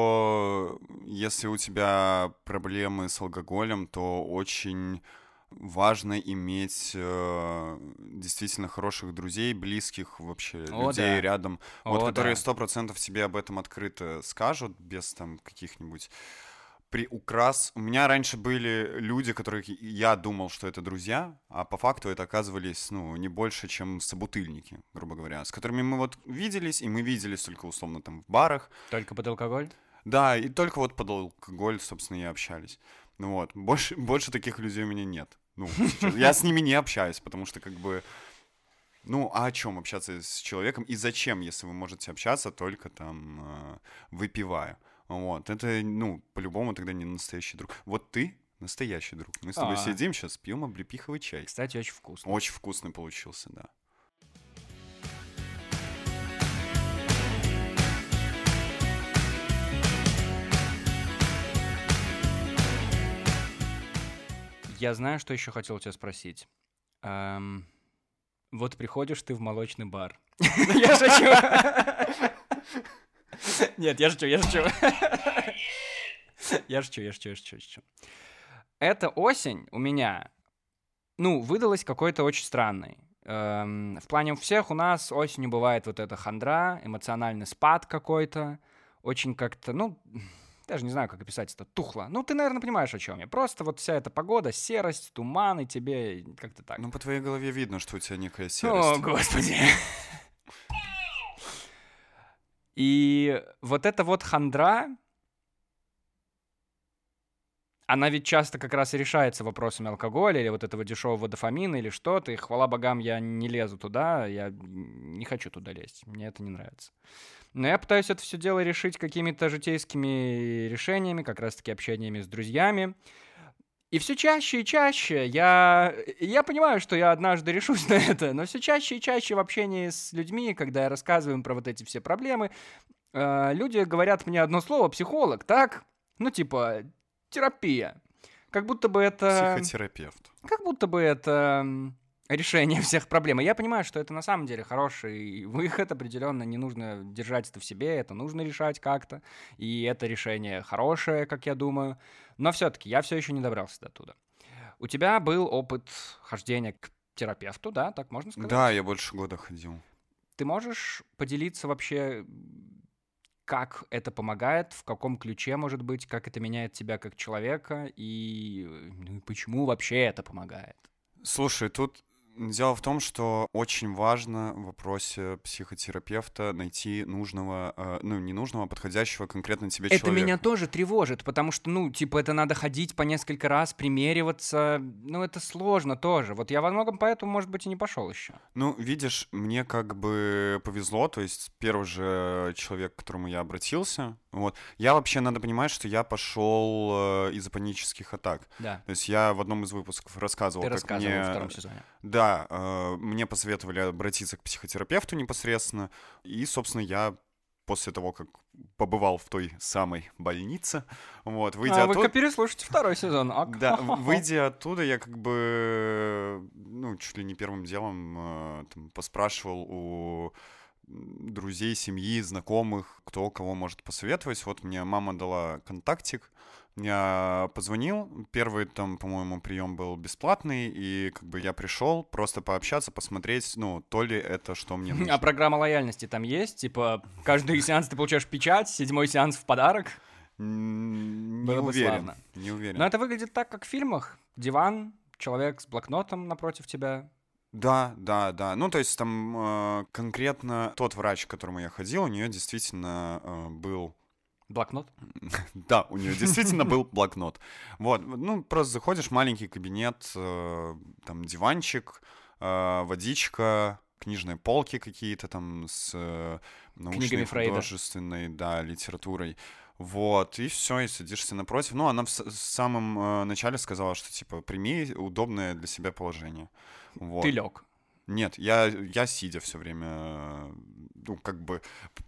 что если у тебя проблемы с алкоголем, то очень важно иметь действительно хороших друзей, близких вообще О, людей да. рядом, вот, О, которые да. 100% тебе об этом открыто скажут, без там каких-нибудь приукрас. У меня раньше были люди, которых я думал, что это друзья, а по факту это оказывались, ну, не больше, чем собутыльники, грубо говоря, с которыми мы вот виделись, и мы виделись только условно там в барах. Только под алкоголь? Да, и только вот под алкоголь, собственно, и общались. Ну вот, больше таких людей у меня нет. Ну, сейчас. Я с ними не общаюсь, потому что как бы... Ну, а о чем общаться с человеком? И зачем, если вы можете общаться только там выпивая? Вот, это, ну, по-любому тогда не настоящий друг. Вот ты настоящий друг. Мы с тобой А. сидим сейчас, пьем облепиховый чай. Кстати, очень вкусно. Очень вкусный получился, да. Я знаю, что еще хотел тебя спросить. Вот приходишь ты в молочный бар. Я шучу. Нет, я шучу. Я шучу. Эта осень у меня, ну, выдалась какой-то очень странной. В плане у всех у нас осенью бывает вот эта хандра, эмоциональный спад какой-то. Очень как-то, ну, даже не знаю, как описать это, тухло. Ну, ты, наверное, понимаешь, о чем я. Просто вот вся эта погода, серость, туман, и тебе как-то так. Ну, по твоей голове видно, что у тебя некая О, серость. господи. И вот эта вот хандра, она ведь часто как раз и решается вопросами алкоголя или вот этого дешевого дофамина или что-то. И хвала богам, я не лезу туда, я не хочу туда лезть. Мне это не нравится. Но я пытаюсь это все дело решить какими-то житейскими решениями, как раз-таки общениями с друзьями. И все чаще и чаще я понимаю, что я однажды решусь на это, но все чаще и чаще в общении с людьми, когда я рассказываю им про вот эти все проблемы, люди говорят мне одно слово «психолог», так? Ну, типа, терапия. Как будто бы это... Психотерапевт. Как будто бы это решение всех проблем. И я понимаю, что это на самом деле хороший выход, определенно не нужно держать это в себе, это нужно решать как-то, и это решение хорошее, как я думаю. Но все-таки я все еще не добрался до туда. У тебя был опыт хождения к терапевту, да, так можно сказать? Да, я больше года ходил. Ты можешь поделиться вообще, как это помогает, в каком ключе, может быть, как это меняет тебя как человека, и ну, и почему вообще это помогает? Слушай, тут дело в том, что очень важно в вопросе психотерапевта найти нужного, ну, не нужного, а подходящего конкретно тебе Это меня человека. тоже тревожит, потому что, ну, типа, это надо ходить по несколько раз, примериваться, ну, это сложно тоже. Вот я во многом поэтому, может быть, и не пошел еще. Ну, видишь, мне как бы повезло, то есть первый же человек, к которому я обратился, вот. Я вообще, надо понимать, что я пошел из-за панических атак. Да, То есть я в одном из выпусков рассказывал, ты как рассказывал во мне, втором сезоне. да, мне посоветовали обратиться к психотерапевту непосредственно, и, собственно, я после того, как побывал в той самой больнице, вот, выйдя А вы-ка оттуда, переслушайте второй сезон. Ок. да, выйдя оттуда, я как бы, ну, чуть ли не первым делом там, поспрашивал у друзей, семьи, знакомых, кто кого может посоветовать. Вот мне мама дала контактик, я позвонил, первый там, по-моему, прием был бесплатный, и как бы я пришел просто пообщаться, посмотреть, ну, то ли это, что мне А нужно. программа лояльности там есть? Типа, каждый сеанс ты получаешь печать, 7-й сеанс в подарок? Не Было бы уверен, славно. не Но уверен. это выглядит так, как в фильмах. Диван, человек с блокнотом напротив тебя. Да, да, да. Ну, то есть там конкретно тот врач, к которому я ходил, у нее действительно был... Блокнот? Да, у нее действительно был блокнот. Вот, ну, просто заходишь, маленький кабинет, там диванчик, водичка, книжные полки какие-то там с научной, Книгами Фрейда. художественной, да, литературой. Вот, и все, и садишься напротив. Ну, она в самом начале сказала, что, типа, прими удобное для себя положение. Вот. Ты лег. Нет, я сидя все время, ну, как бы...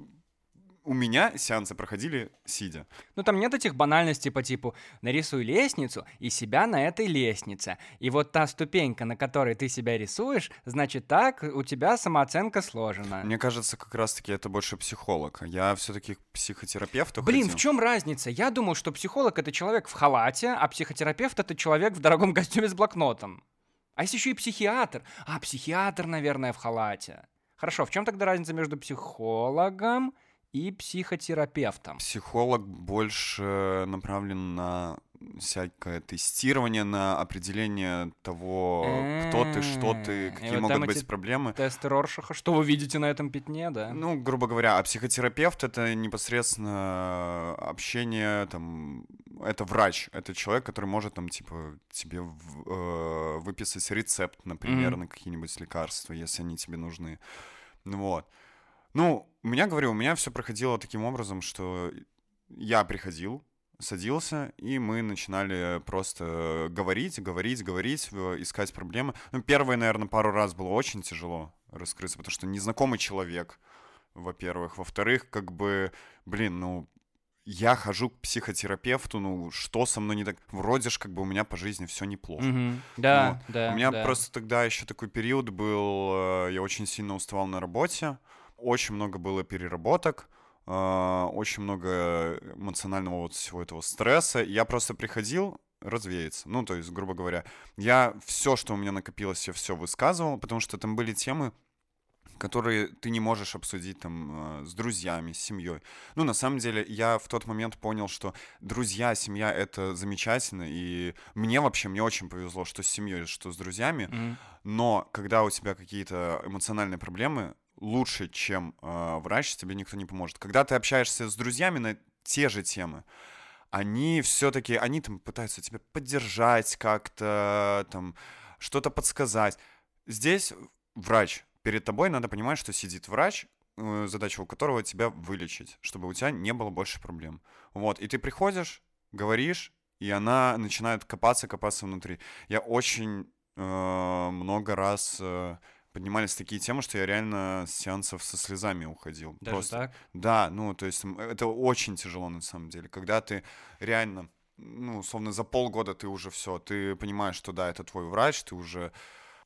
У меня сеансы проходили сидя. Ну, там нет этих банальностей по типу «нарисуй лестницу и себя на этой лестнице». И вот та ступенька, на которой ты себя рисуешь, значит так, у тебя самооценка сложена. Мне кажется, как раз-таки это больше психолог. Я все-таки к психотерапевту Блин, ходил. в чем разница? Я думал, что психолог — это человек в халате, а психотерапевт — это человек в дорогом костюме с блокнотом. А есть еще и психиатр. А, психиатр, наверное, в халате. Хорошо, в чем тогда разница между психологом и психотерапевтом? Психолог больше направлен на всякое тестирование, на определение того, кто ты, что ты, И какие вот могут там быть эти проблемы. тесты Роршаха, что вы видите на этом пятне, да? Ну, грубо говоря, а психотерапевт — это непосредственно общение, там, это врач, это человек, который может, там, типа, тебе выписать рецепт, например, на какие-нибудь лекарства, если они тебе нужны. Ну, вот. Ну, у меня все проходило таким образом, что я приходил, садился, и мы начинали просто говорить, искать проблемы. Ну, первые, наверное, пару раз было очень тяжело раскрыться, потому что незнакомый человек, во-первых. Во-вторых, как бы, блин, ну, я хожу к психотерапевту, ну, что со мной не так? Вроде ж, как бы, у меня по жизни все неплохо. Мгм. Вот. Да, У да, меня да. просто тогда еще такой период был, я очень сильно уставал на работе, очень много было переработок, очень много эмоционального вот всего этого стресса. И я просто приходил развеяться. Ну, то есть, грубо говоря, я все, что у меня накопилось, я все высказывал, потому что там были темы, которые ты не можешь обсудить там с друзьями, с семьей. Ну, на самом деле, я в тот момент понял, что друзья, семья — это замечательно, и мне очень повезло, что с семьей, что с друзьями, Мгм. но когда у тебя какие-то эмоциональные проблемы, лучше, чем врач, тебе никто не поможет. Когда ты общаешься с друзьями на те же темы, они все-таки, они там пытаются тебя поддержать как-то, там, что-то подсказать. Здесь врач. Перед тобой надо понимать, что сидит врач, задача у которого тебя вылечить, чтобы у тебя не было больше проблем. Вот, и ты приходишь, говоришь, и она начинает копаться внутри. Я очень много раз поднимались такие темы, что я реально с сеансов со слезами уходил. Даже Просто, так? да, ну, то есть это очень тяжело на самом деле, когда ты реально, ну, условно, за полгода ты уже все, ты понимаешь, что да, это твой врач, ты уже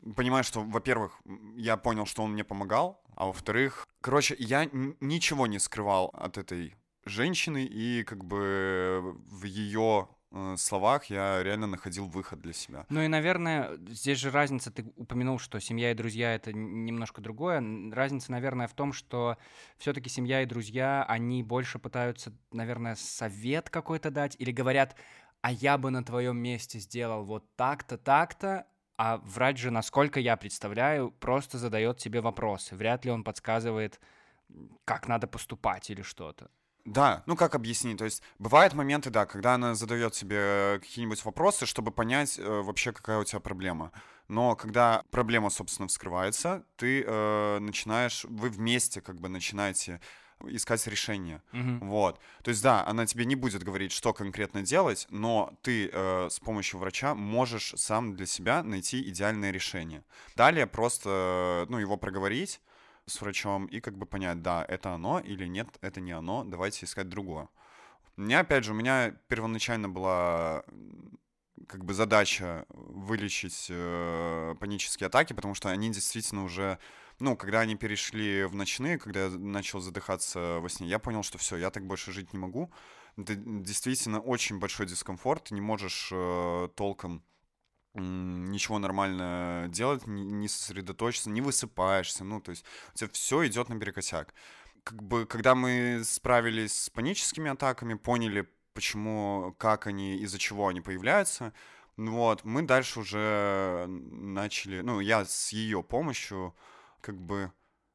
понимаю, что, во-первых, я понял, что он мне помогал, а во-вторых, короче, я ничего не скрывал от этой женщины, и как бы в ее словах я реально находил выход для себя. Ну и, наверное, здесь же разница, ты упомянул, что семья и друзья — это немножко другое. Разница, наверное, в том, что все-таки семья и друзья, они больше пытаются, наверное, совет какой-то дать или говорят, а я бы на твоем месте сделал вот так-то, так-то, а врач же, насколько я представляю, просто задает тебе вопросы. Вряд ли он подсказывает, как надо поступать или что-то. Да, ну как объяснить? То есть бывают моменты, да, когда она задает тебе какие-нибудь вопросы, чтобы понять вообще, какая у тебя проблема. Но когда проблема, собственно, вскрывается, ты начинаешь, вы вместе как бы начинаете искать решение. Мгм. Вот. То есть, да, она тебе не будет говорить, что конкретно делать, но ты с помощью врача можешь сам для себя найти идеальное решение. Далее просто, ну, его проговорить с врачом и как бы понять, да, это оно или нет, это не оно, давайте искать другое. Опять же, у меня первоначально была как бы задача вылечить панические атаки, потому что они действительно уже, ну, когда они перешли в ночные, когда я начал задыхаться во сне, я понял, что все, я так больше жить не могу. Это действительно очень большой дискомфорт, ты не можешь толком ничего нормально делать, не сосредоточиться, не высыпаешься, ну, то есть у тебя все идет наперекосяк. Как бы, когда мы справились с паническими атаками, поняли, почему, как они, из-за чего они появляются, ну вот, мы дальше уже начали, ну, я с ее помощью, как бы,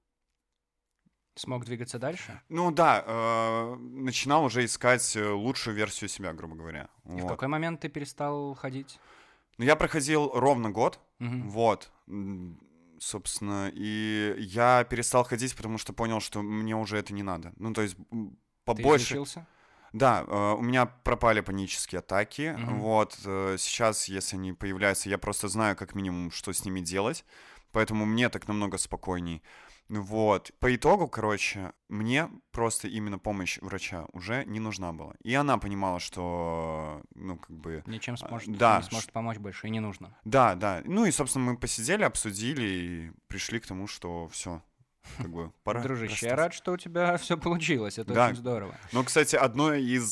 Смог двигаться дальше? ну да, начинал уже искать лучшую версию себя, грубо говоря. И в Вот. какой момент ты перестал ходить? Ну, я проходил ровно год, Мгм. вот, собственно, и я перестал ходить, потому что понял, что мне уже это не надо. Ну, то есть Ты побольше... излечился? Да, у меня пропали панические атаки, Мгм. вот, сейчас, если они появляются, я просто знаю как минимум, что с ними делать, поэтому мне так намного спокойней. Вот, по итогу, короче, мне просто именно помощь врача уже не нужна была. И она понимала, что, ну, как бы, Ничем не да, сможет помочь больше, и не нужно. да, да. Ну и, собственно, мы посидели, обсудили и пришли к тому, что все, как бы пора Дружище, я расстаться. рад, что у тебя все получилось, это очень Да. здорово. Но, кстати, одно из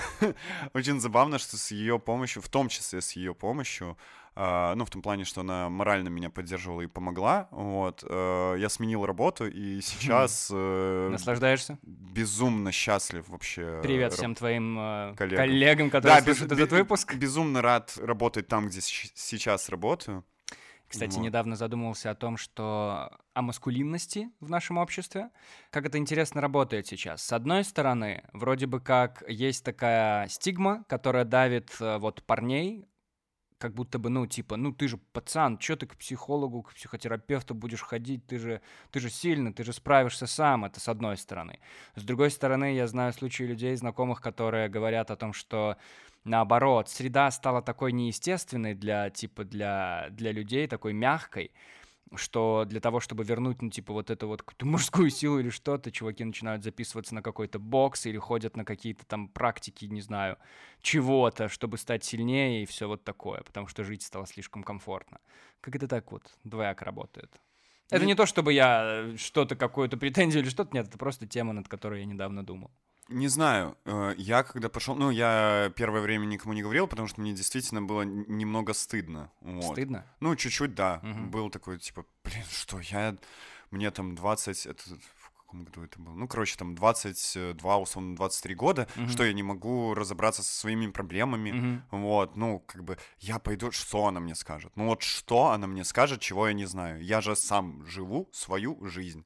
очень забавно, что с ее помощью, в том числе с ее помощью, ну, в том плане, что она морально меня поддерживала и помогла, вот, я сменил работу и сейчас Наслаждаешься? безумно счастлив вообще Привет всем твоим коллегам. коллегам, Да, которые слушают этот выпуск. безумно рад работать там, где сейчас работаю. Кстати, Вот. недавно задумывался о том, что о маскулинности в нашем обществе. Как это интересно работает сейчас. С одной стороны, вроде бы как есть такая стигма, которая давит вот парней, как будто бы, ну, типа, ну, ты же пацан, что ты к психологу, к психотерапевту будешь ходить, ты же сильный, ты же справишься сам, это с одной стороны. С другой стороны, я знаю случаи людей, знакомых, которые говорят о том, что наоборот, среда стала такой неестественной для, типа, для людей, такой мягкой, что для того, чтобы вернуть, ну, типа, вот эту вот какую-то мужскую силу или что-то, чуваки начинают записываться на какой-то бокс или ходят на какие-то там практики, не знаю, чего-то, чтобы стать сильнее и все вот такое, потому что жить стало слишком комфортно. Как это так вот двояко работает? Это не то, чтобы я что-то, какую-то претензию или что-то, нет, это просто тема, над которой я недавно думал. Не знаю, я когда пошел, ну, я первое время никому не говорил, потому что мне действительно было немного стыдно, вот. Стыдно? Ну, чуть-чуть, да, Мгм. был такой, типа, блин, что мне там 20, это в каком году это было? Ну, короче, там 22, условно, 23 года, Мгм. что я не могу разобраться со своими проблемами, Мгм. вот, ну, как бы, я пойду, что она мне скажет? Ну, вот что она мне скажет, чего я не знаю? Я же сам живу свою жизнь.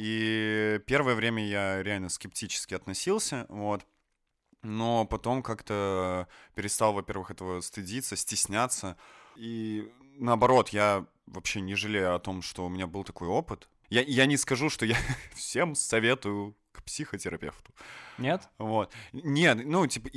И первое время я реально скептически относился, вот. Но потом как-то перестал, во-первых, этого стыдиться, стесняться. И наоборот, я вообще не жалею о том, что у меня был такой опыт. Я не скажу, что я всем советую к психотерапевту. Нет? Вот. Нет, ну, типа,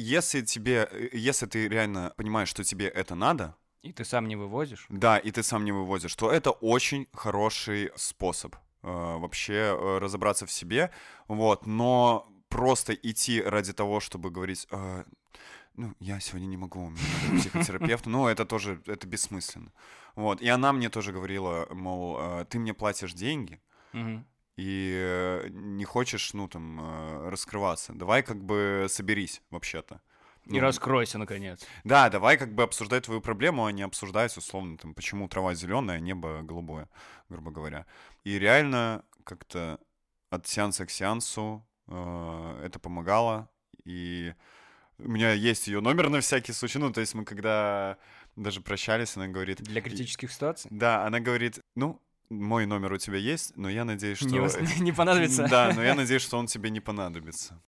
если ты реально понимаешь, что тебе это надо, И ты сам не вывозишь? да, и ты сам не вывозишь, то это очень хороший способ вообще разобраться в себе, вот, но просто идти ради того, чтобы говорить, ну, я сегодня не могу, мне надо к психотерапевту. Ну, это тоже, это бессмысленно. Вот, и она мне тоже говорила, мол, ты мне платишь деньги, Мгм. и не хочешь, ну, там, раскрываться. Давай как бы соберись, вообще-то. И Ну, раскройся, наконец. да, давай как бы обсуждать твою проблему, а не обсуждать, условно, там, почему трава зеленая, небо голубое, грубо говоря. И реально как-то от сеанса к сеансу это помогало. И у меня есть ее номер на всякий случай. Ну, то есть мы когда даже прощались, она говорит... Для критических ситуаций? Да, она говорит, ну, мой номер у тебя есть, но я надеюсь, что... Не понадобится. Да, но я надеюсь, что он тебе не понадобится.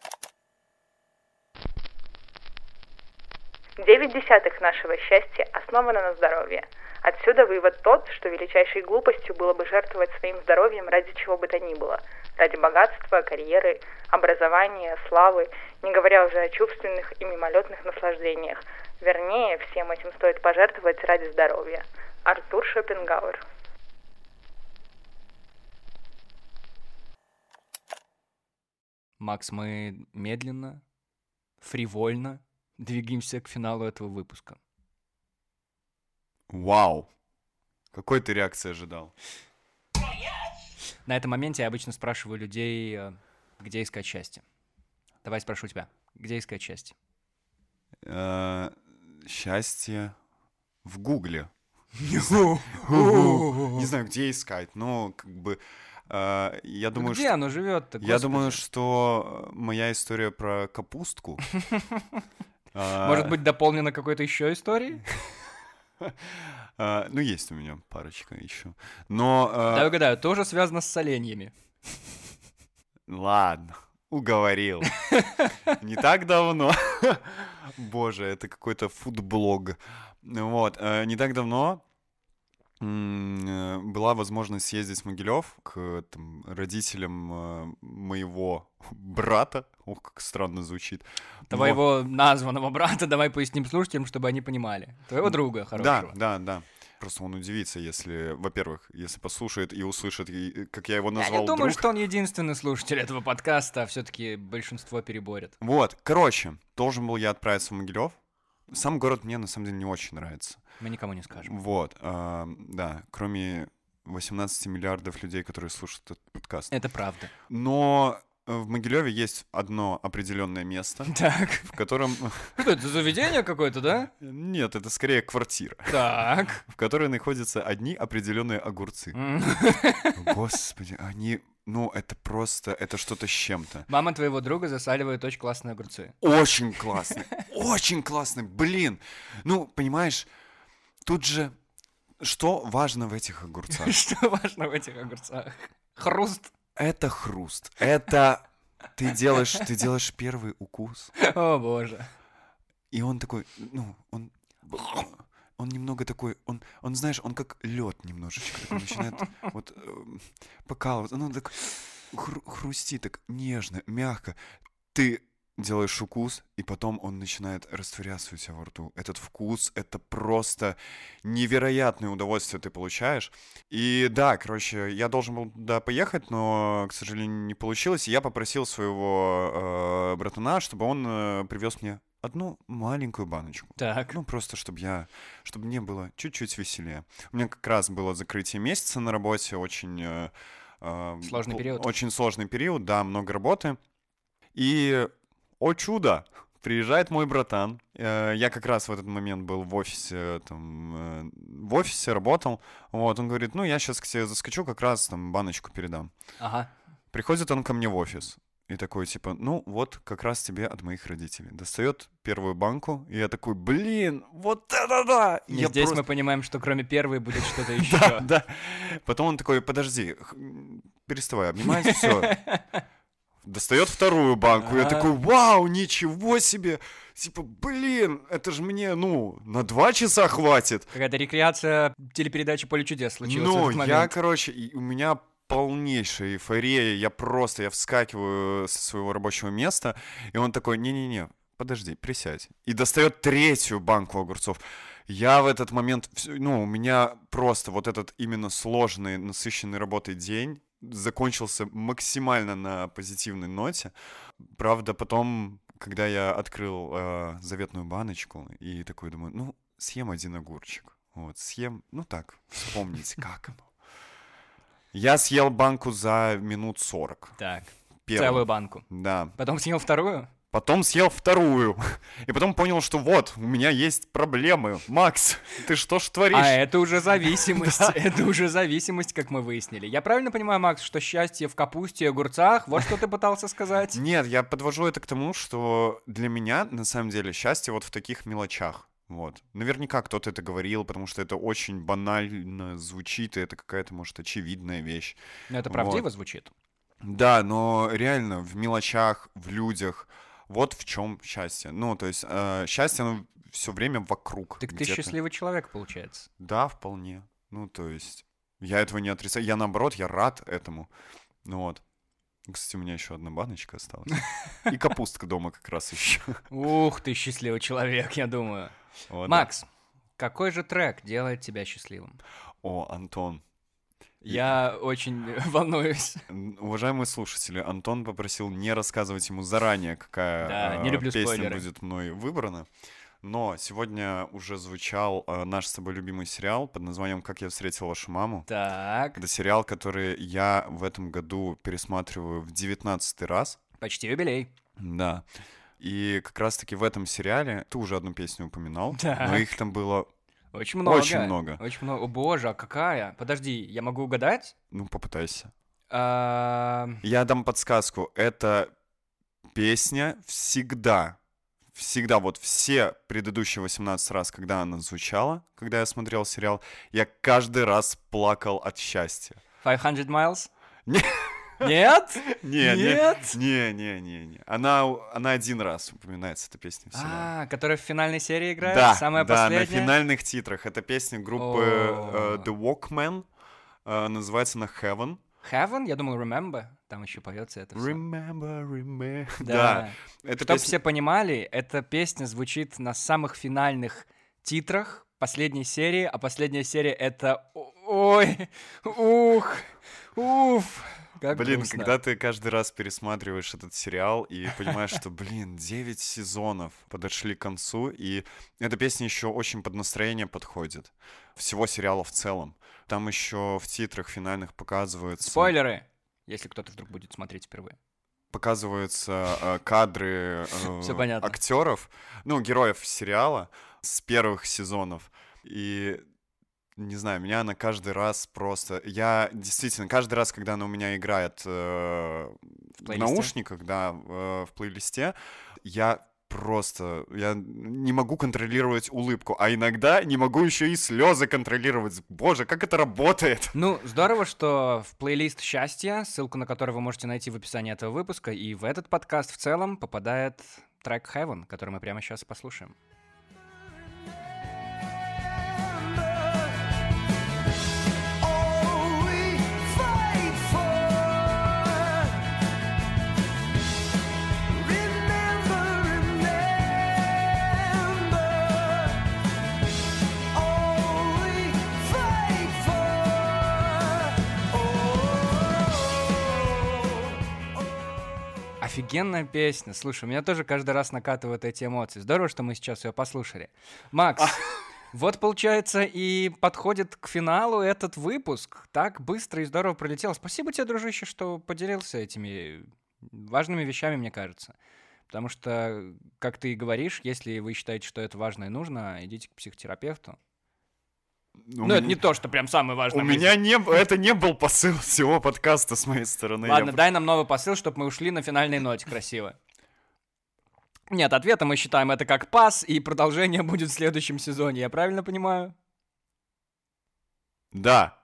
9/10 нашего счастья основано на здоровье. Отсюда вывод тот, что величайшей глупостью было бы жертвовать своим здоровьем ради чего бы то ни было. Ради богатства, карьеры, образования, славы, не говоря уже о чувственных и мимолетных наслаждениях. Вернее, всем этим стоит пожертвовать ради здоровья. Артур Шопенгауэр. Макс, мы медленно, фривольно двигаемся к финалу этого выпуска. Вау! Какой ты реакции ожидал? На этом моменте я обычно спрашиваю людей, где искать счастье. Давай спрошу тебя, где искать счастье? Счастье в Гугле. Не знаю, где искать, но как бы я думаю, Где оно живет-то? я думаю, что моя история про капустку. Может быть, дополнена какой-то еще историей? Ну, есть у меня парочка еще. Но... Да, угадаю, тоже связано с соленьями. Ладно, уговорил. Не так давно. Боже, это какой-то фудблог. Вот, не так давно была возможность съездить в Могилев к там, родителям моего брата. Ох, как странно звучит. Твоего названного брата, давай поясним слушателям, чтобы они понимали. Твоего друга хорошего. Да. Просто он удивится, если, во-первых, если послушает и услышит, как я его Я назвал не думаю, друг. что он единственный слушатель этого подкаста, а все-таки большинство переборет. Вот, короче, должен был я отправиться в Могилев. Сам город мне, на самом деле, не очень нравится. Мы никому не скажем. Вот, да, кроме 18 миллиардов людей, которые слушают этот подкаст. Это правда. Но в Могилеве есть одно определенное место, Так. в котором... Что это, заведение какое-то, да? Нет, это скорее квартира, Так. в которой находятся одни определенные огурцы. Господи, они... Ну, это просто... Это что-то с чем-то. Мама твоего друга засаливает очень классные огурцы. Очень классный. Очень классный. Блин. Ну, понимаешь, тут же... Что важно в этих огурцах? Что важно в этих огурцах? Хруст. Это хруст. Это... Ты делаешь первый укус, О, боже. и он такой... Ну, он немного такой... Он, знаешь, он как лед немножечко. Такой начинает вот покалываться. Он так хрустит так нежно, мягко. Ты делаешь укус, и потом он начинает растворяться у тебя во рту. Этот вкус, это просто невероятное удовольствие ты получаешь. И да, короче, я должен был туда поехать, но, к сожалению, не получилось. И я попросил своего братана, чтобы он привез мне одну маленькую баночку. Так. Ну, просто чтобы мне было чуть-чуть веселее. У меня как раз было закрытие месяца на работе, очень... Сложный период. Очень сложный период, да, много работы. И... О чудо! Приезжает мой братан. Я как раз в этот момент был в офисе, в офисе работал. Вот, он говорит, ну, я сейчас к тебе заскочу, как раз там баночку передам. Ага. Приходит он ко мне в офис. И такой, типа, ну, вот как раз тебе от моих родителей. Достает первую банку, и я такой, блин, вот это да! И здесь мы понимаем, что кроме первой будет что-то еще. Да. Потом он такой, подожди, переставай обнимать, все. Достает вторую банку. Я такой, вау, ничего себе. Типа, блин, это же мне, ну, на 2 часа хватит. Какая-то рекреация телепередачи «Поле чудес» случилась в этот момент. Я, короче, у меня полнейшая эйфория. Я вскакиваю со своего рабочего места. И он такой, не-не-не, подожди, присядь. И достает третью банку огурцов. Я в этот момент, ну, у меня просто вот этот именно сложный, насыщенный работой день закончился максимально на позитивной ноте. Правда, потом, когда я открыл заветную баночку и такой думаю, ну, съем один огурчик. Вот, съем, ну так, вспомнить, как оно. Я съел банку за минут 40. Так, Первую. целую банку. Да. Потом съел вторую? Потом съел вторую. И потом понял, что вот, у меня есть проблемы. Макс, ты что ж творишь? А это уже зависимость. Это уже зависимость, как мы выяснили. Я правильно понимаю, Макс, что счастье в капусте и огурцах? Вот что ты пытался сказать? Нет, я подвожу это к тому, что для меня, на самом деле, счастье вот в таких мелочах. Вот. Наверняка кто-то это говорил, потому что это очень банально звучит, и это какая-то, может, очевидная вещь. Но это правдиво звучит. Да, но реально в мелочах, в людях, вот в чем счастье. Ну, то есть счастье, оно все время вокруг. Так ты счастливый человек, получается. Да, вполне. Ну, то есть я этого не отрицаю. Я, наоборот, я рад этому. Ну вот. Кстати, у меня еще одна баночка осталась. И капустка дома как раз еще. Ух ты, счастливый человек, я думаю. Вот, Макс, какой же трек делает тебя счастливым? О, Антон. Я очень волнуюсь. Уважаемые слушатели, Антон попросил не рассказывать ему заранее, какая не люблю песня спойлеры. будет мной выбрана. Но сегодня уже звучал наш с тобой любимый сериал под названием «Как я встретил вашу маму». Так, Это сериал, который я в этом году пересматриваю в 19-й раз. почти юбилей. Да. И как раз-таки в этом сериале ты уже одну песню упоминал, Так. но их там было, Очень много. Очень много. Очень много. О боже, а какая? Подожди, я могу угадать? ну, попытайся. А, Я дам подсказку. Эта песня всегда, вот все предыдущие 18 раз, когда она звучала, когда я смотрел сериал, я каждый раз плакал от счастья. 500 Miles? Не. Нет? Не. Она один раз упоминается, эта песня в сериале. Которая в финальной серии играет? Да, Самая да, на последняя? финальных титрах. Это песня группы О. The Walkmen. Называется она Heaven. Heaven? Я думал Remember. Там еще поется это все. Remember. Да. Это Чтобы песня... все понимали, эта песня звучит на самых финальных титрах последней серии, а последняя серия это... Ой, ух, уф. Как Блин, грустно. когда ты каждый раз пересматриваешь этот сериал и понимаешь, что, 9 сезонов подошли к концу, и эта песня еще очень под настроение подходит. Всего сериала в целом. Там еще в титрах финальных показываются... Спойлеры, если кто-то вдруг будет смотреть впервые. Показываются кадры Всё понятно. актеров, ну, героев сериала с первых сезонов. И... Не знаю, меня она каждый раз просто... Я действительно, каждый раз, когда она у меня играет в наушниках, да, в плейлисте, я не могу контролировать улыбку, а иногда не могу еще и слезы контролировать. Боже, как это работает! Ну, здорово, что в плейлист «Счастье», ссылку на который вы можете найти в описании этого выпуска, и в этот подкаст в целом попадает трек Heaven, который мы прямо сейчас послушаем. Офигенная песня. Слушай, меня тоже каждый раз накатывают эти эмоции. Здорово, что мы сейчас ее послушали. Макс, вот, получается, и подходит к финалу этот выпуск. Так быстро и здорово пролетел. Спасибо тебе, дружище, что поделился этими важными вещами, мне кажется. Потому что, как ты и говоришь, если вы считаете, что это важно и нужно, идите к психотерапевту. Это не то, что прям самое важное. У меня это не был посыл всего подкаста с моей стороны. Ладно, дай нам новый посыл, чтобы мы ушли на финальной ноте красиво. Нет, ответа мы считаем это как пас, и продолжение будет в следующем сезоне. Я правильно понимаю? Да.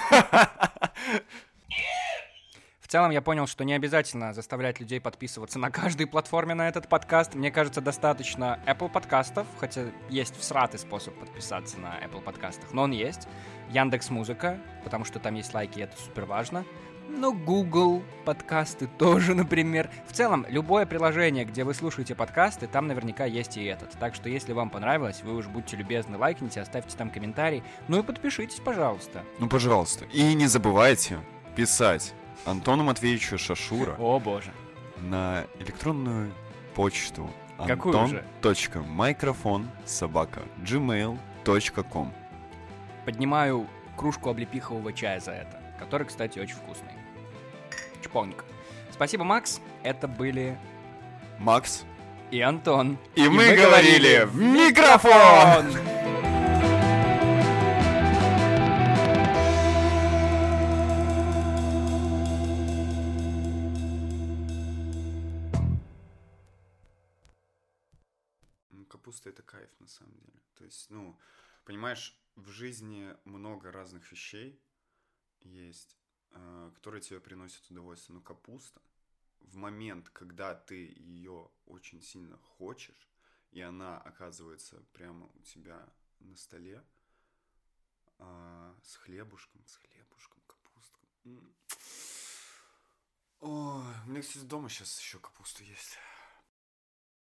В целом я понял, что не обязательно заставлять людей подписываться на каждой платформе на этот подкаст. Мне кажется, достаточно Apple подкастов, хотя есть всратый способ подписаться на Apple подкастах, но он есть. Яндекс.Музыка, потому что там есть лайки, и это супер важно. Но Google подкасты тоже, например. В целом, любое приложение, где вы слушаете подкасты, там наверняка есть и этот. Так что, если вам понравилось, вы уж будьте любезны, лайкните, оставьте там комментарий. Ну и подпишитесь, пожалуйста. Ну, пожалуйста. И не забывайте писать Антону Матвеевичу Шашура О, боже. на электронную почту Какую же? anton.microphone@gmail.com. Поднимаю кружку облепихового чая за это, который, кстати, очень вкусный. Чпоньк. Спасибо, Макс. Это были Макс. и Антон. И мы говорили в микрофон! Капуста — это кайф, на самом деле. То есть, понимаешь, в жизни много разных вещей есть, которые тебе приносят удовольствие. Но капуста, в момент, когда ты ее очень сильно хочешь, и она оказывается прямо у тебя на столе, с хлебушком, капустка. Ой, у меня, кстати, дома сейчас еще капуста есть.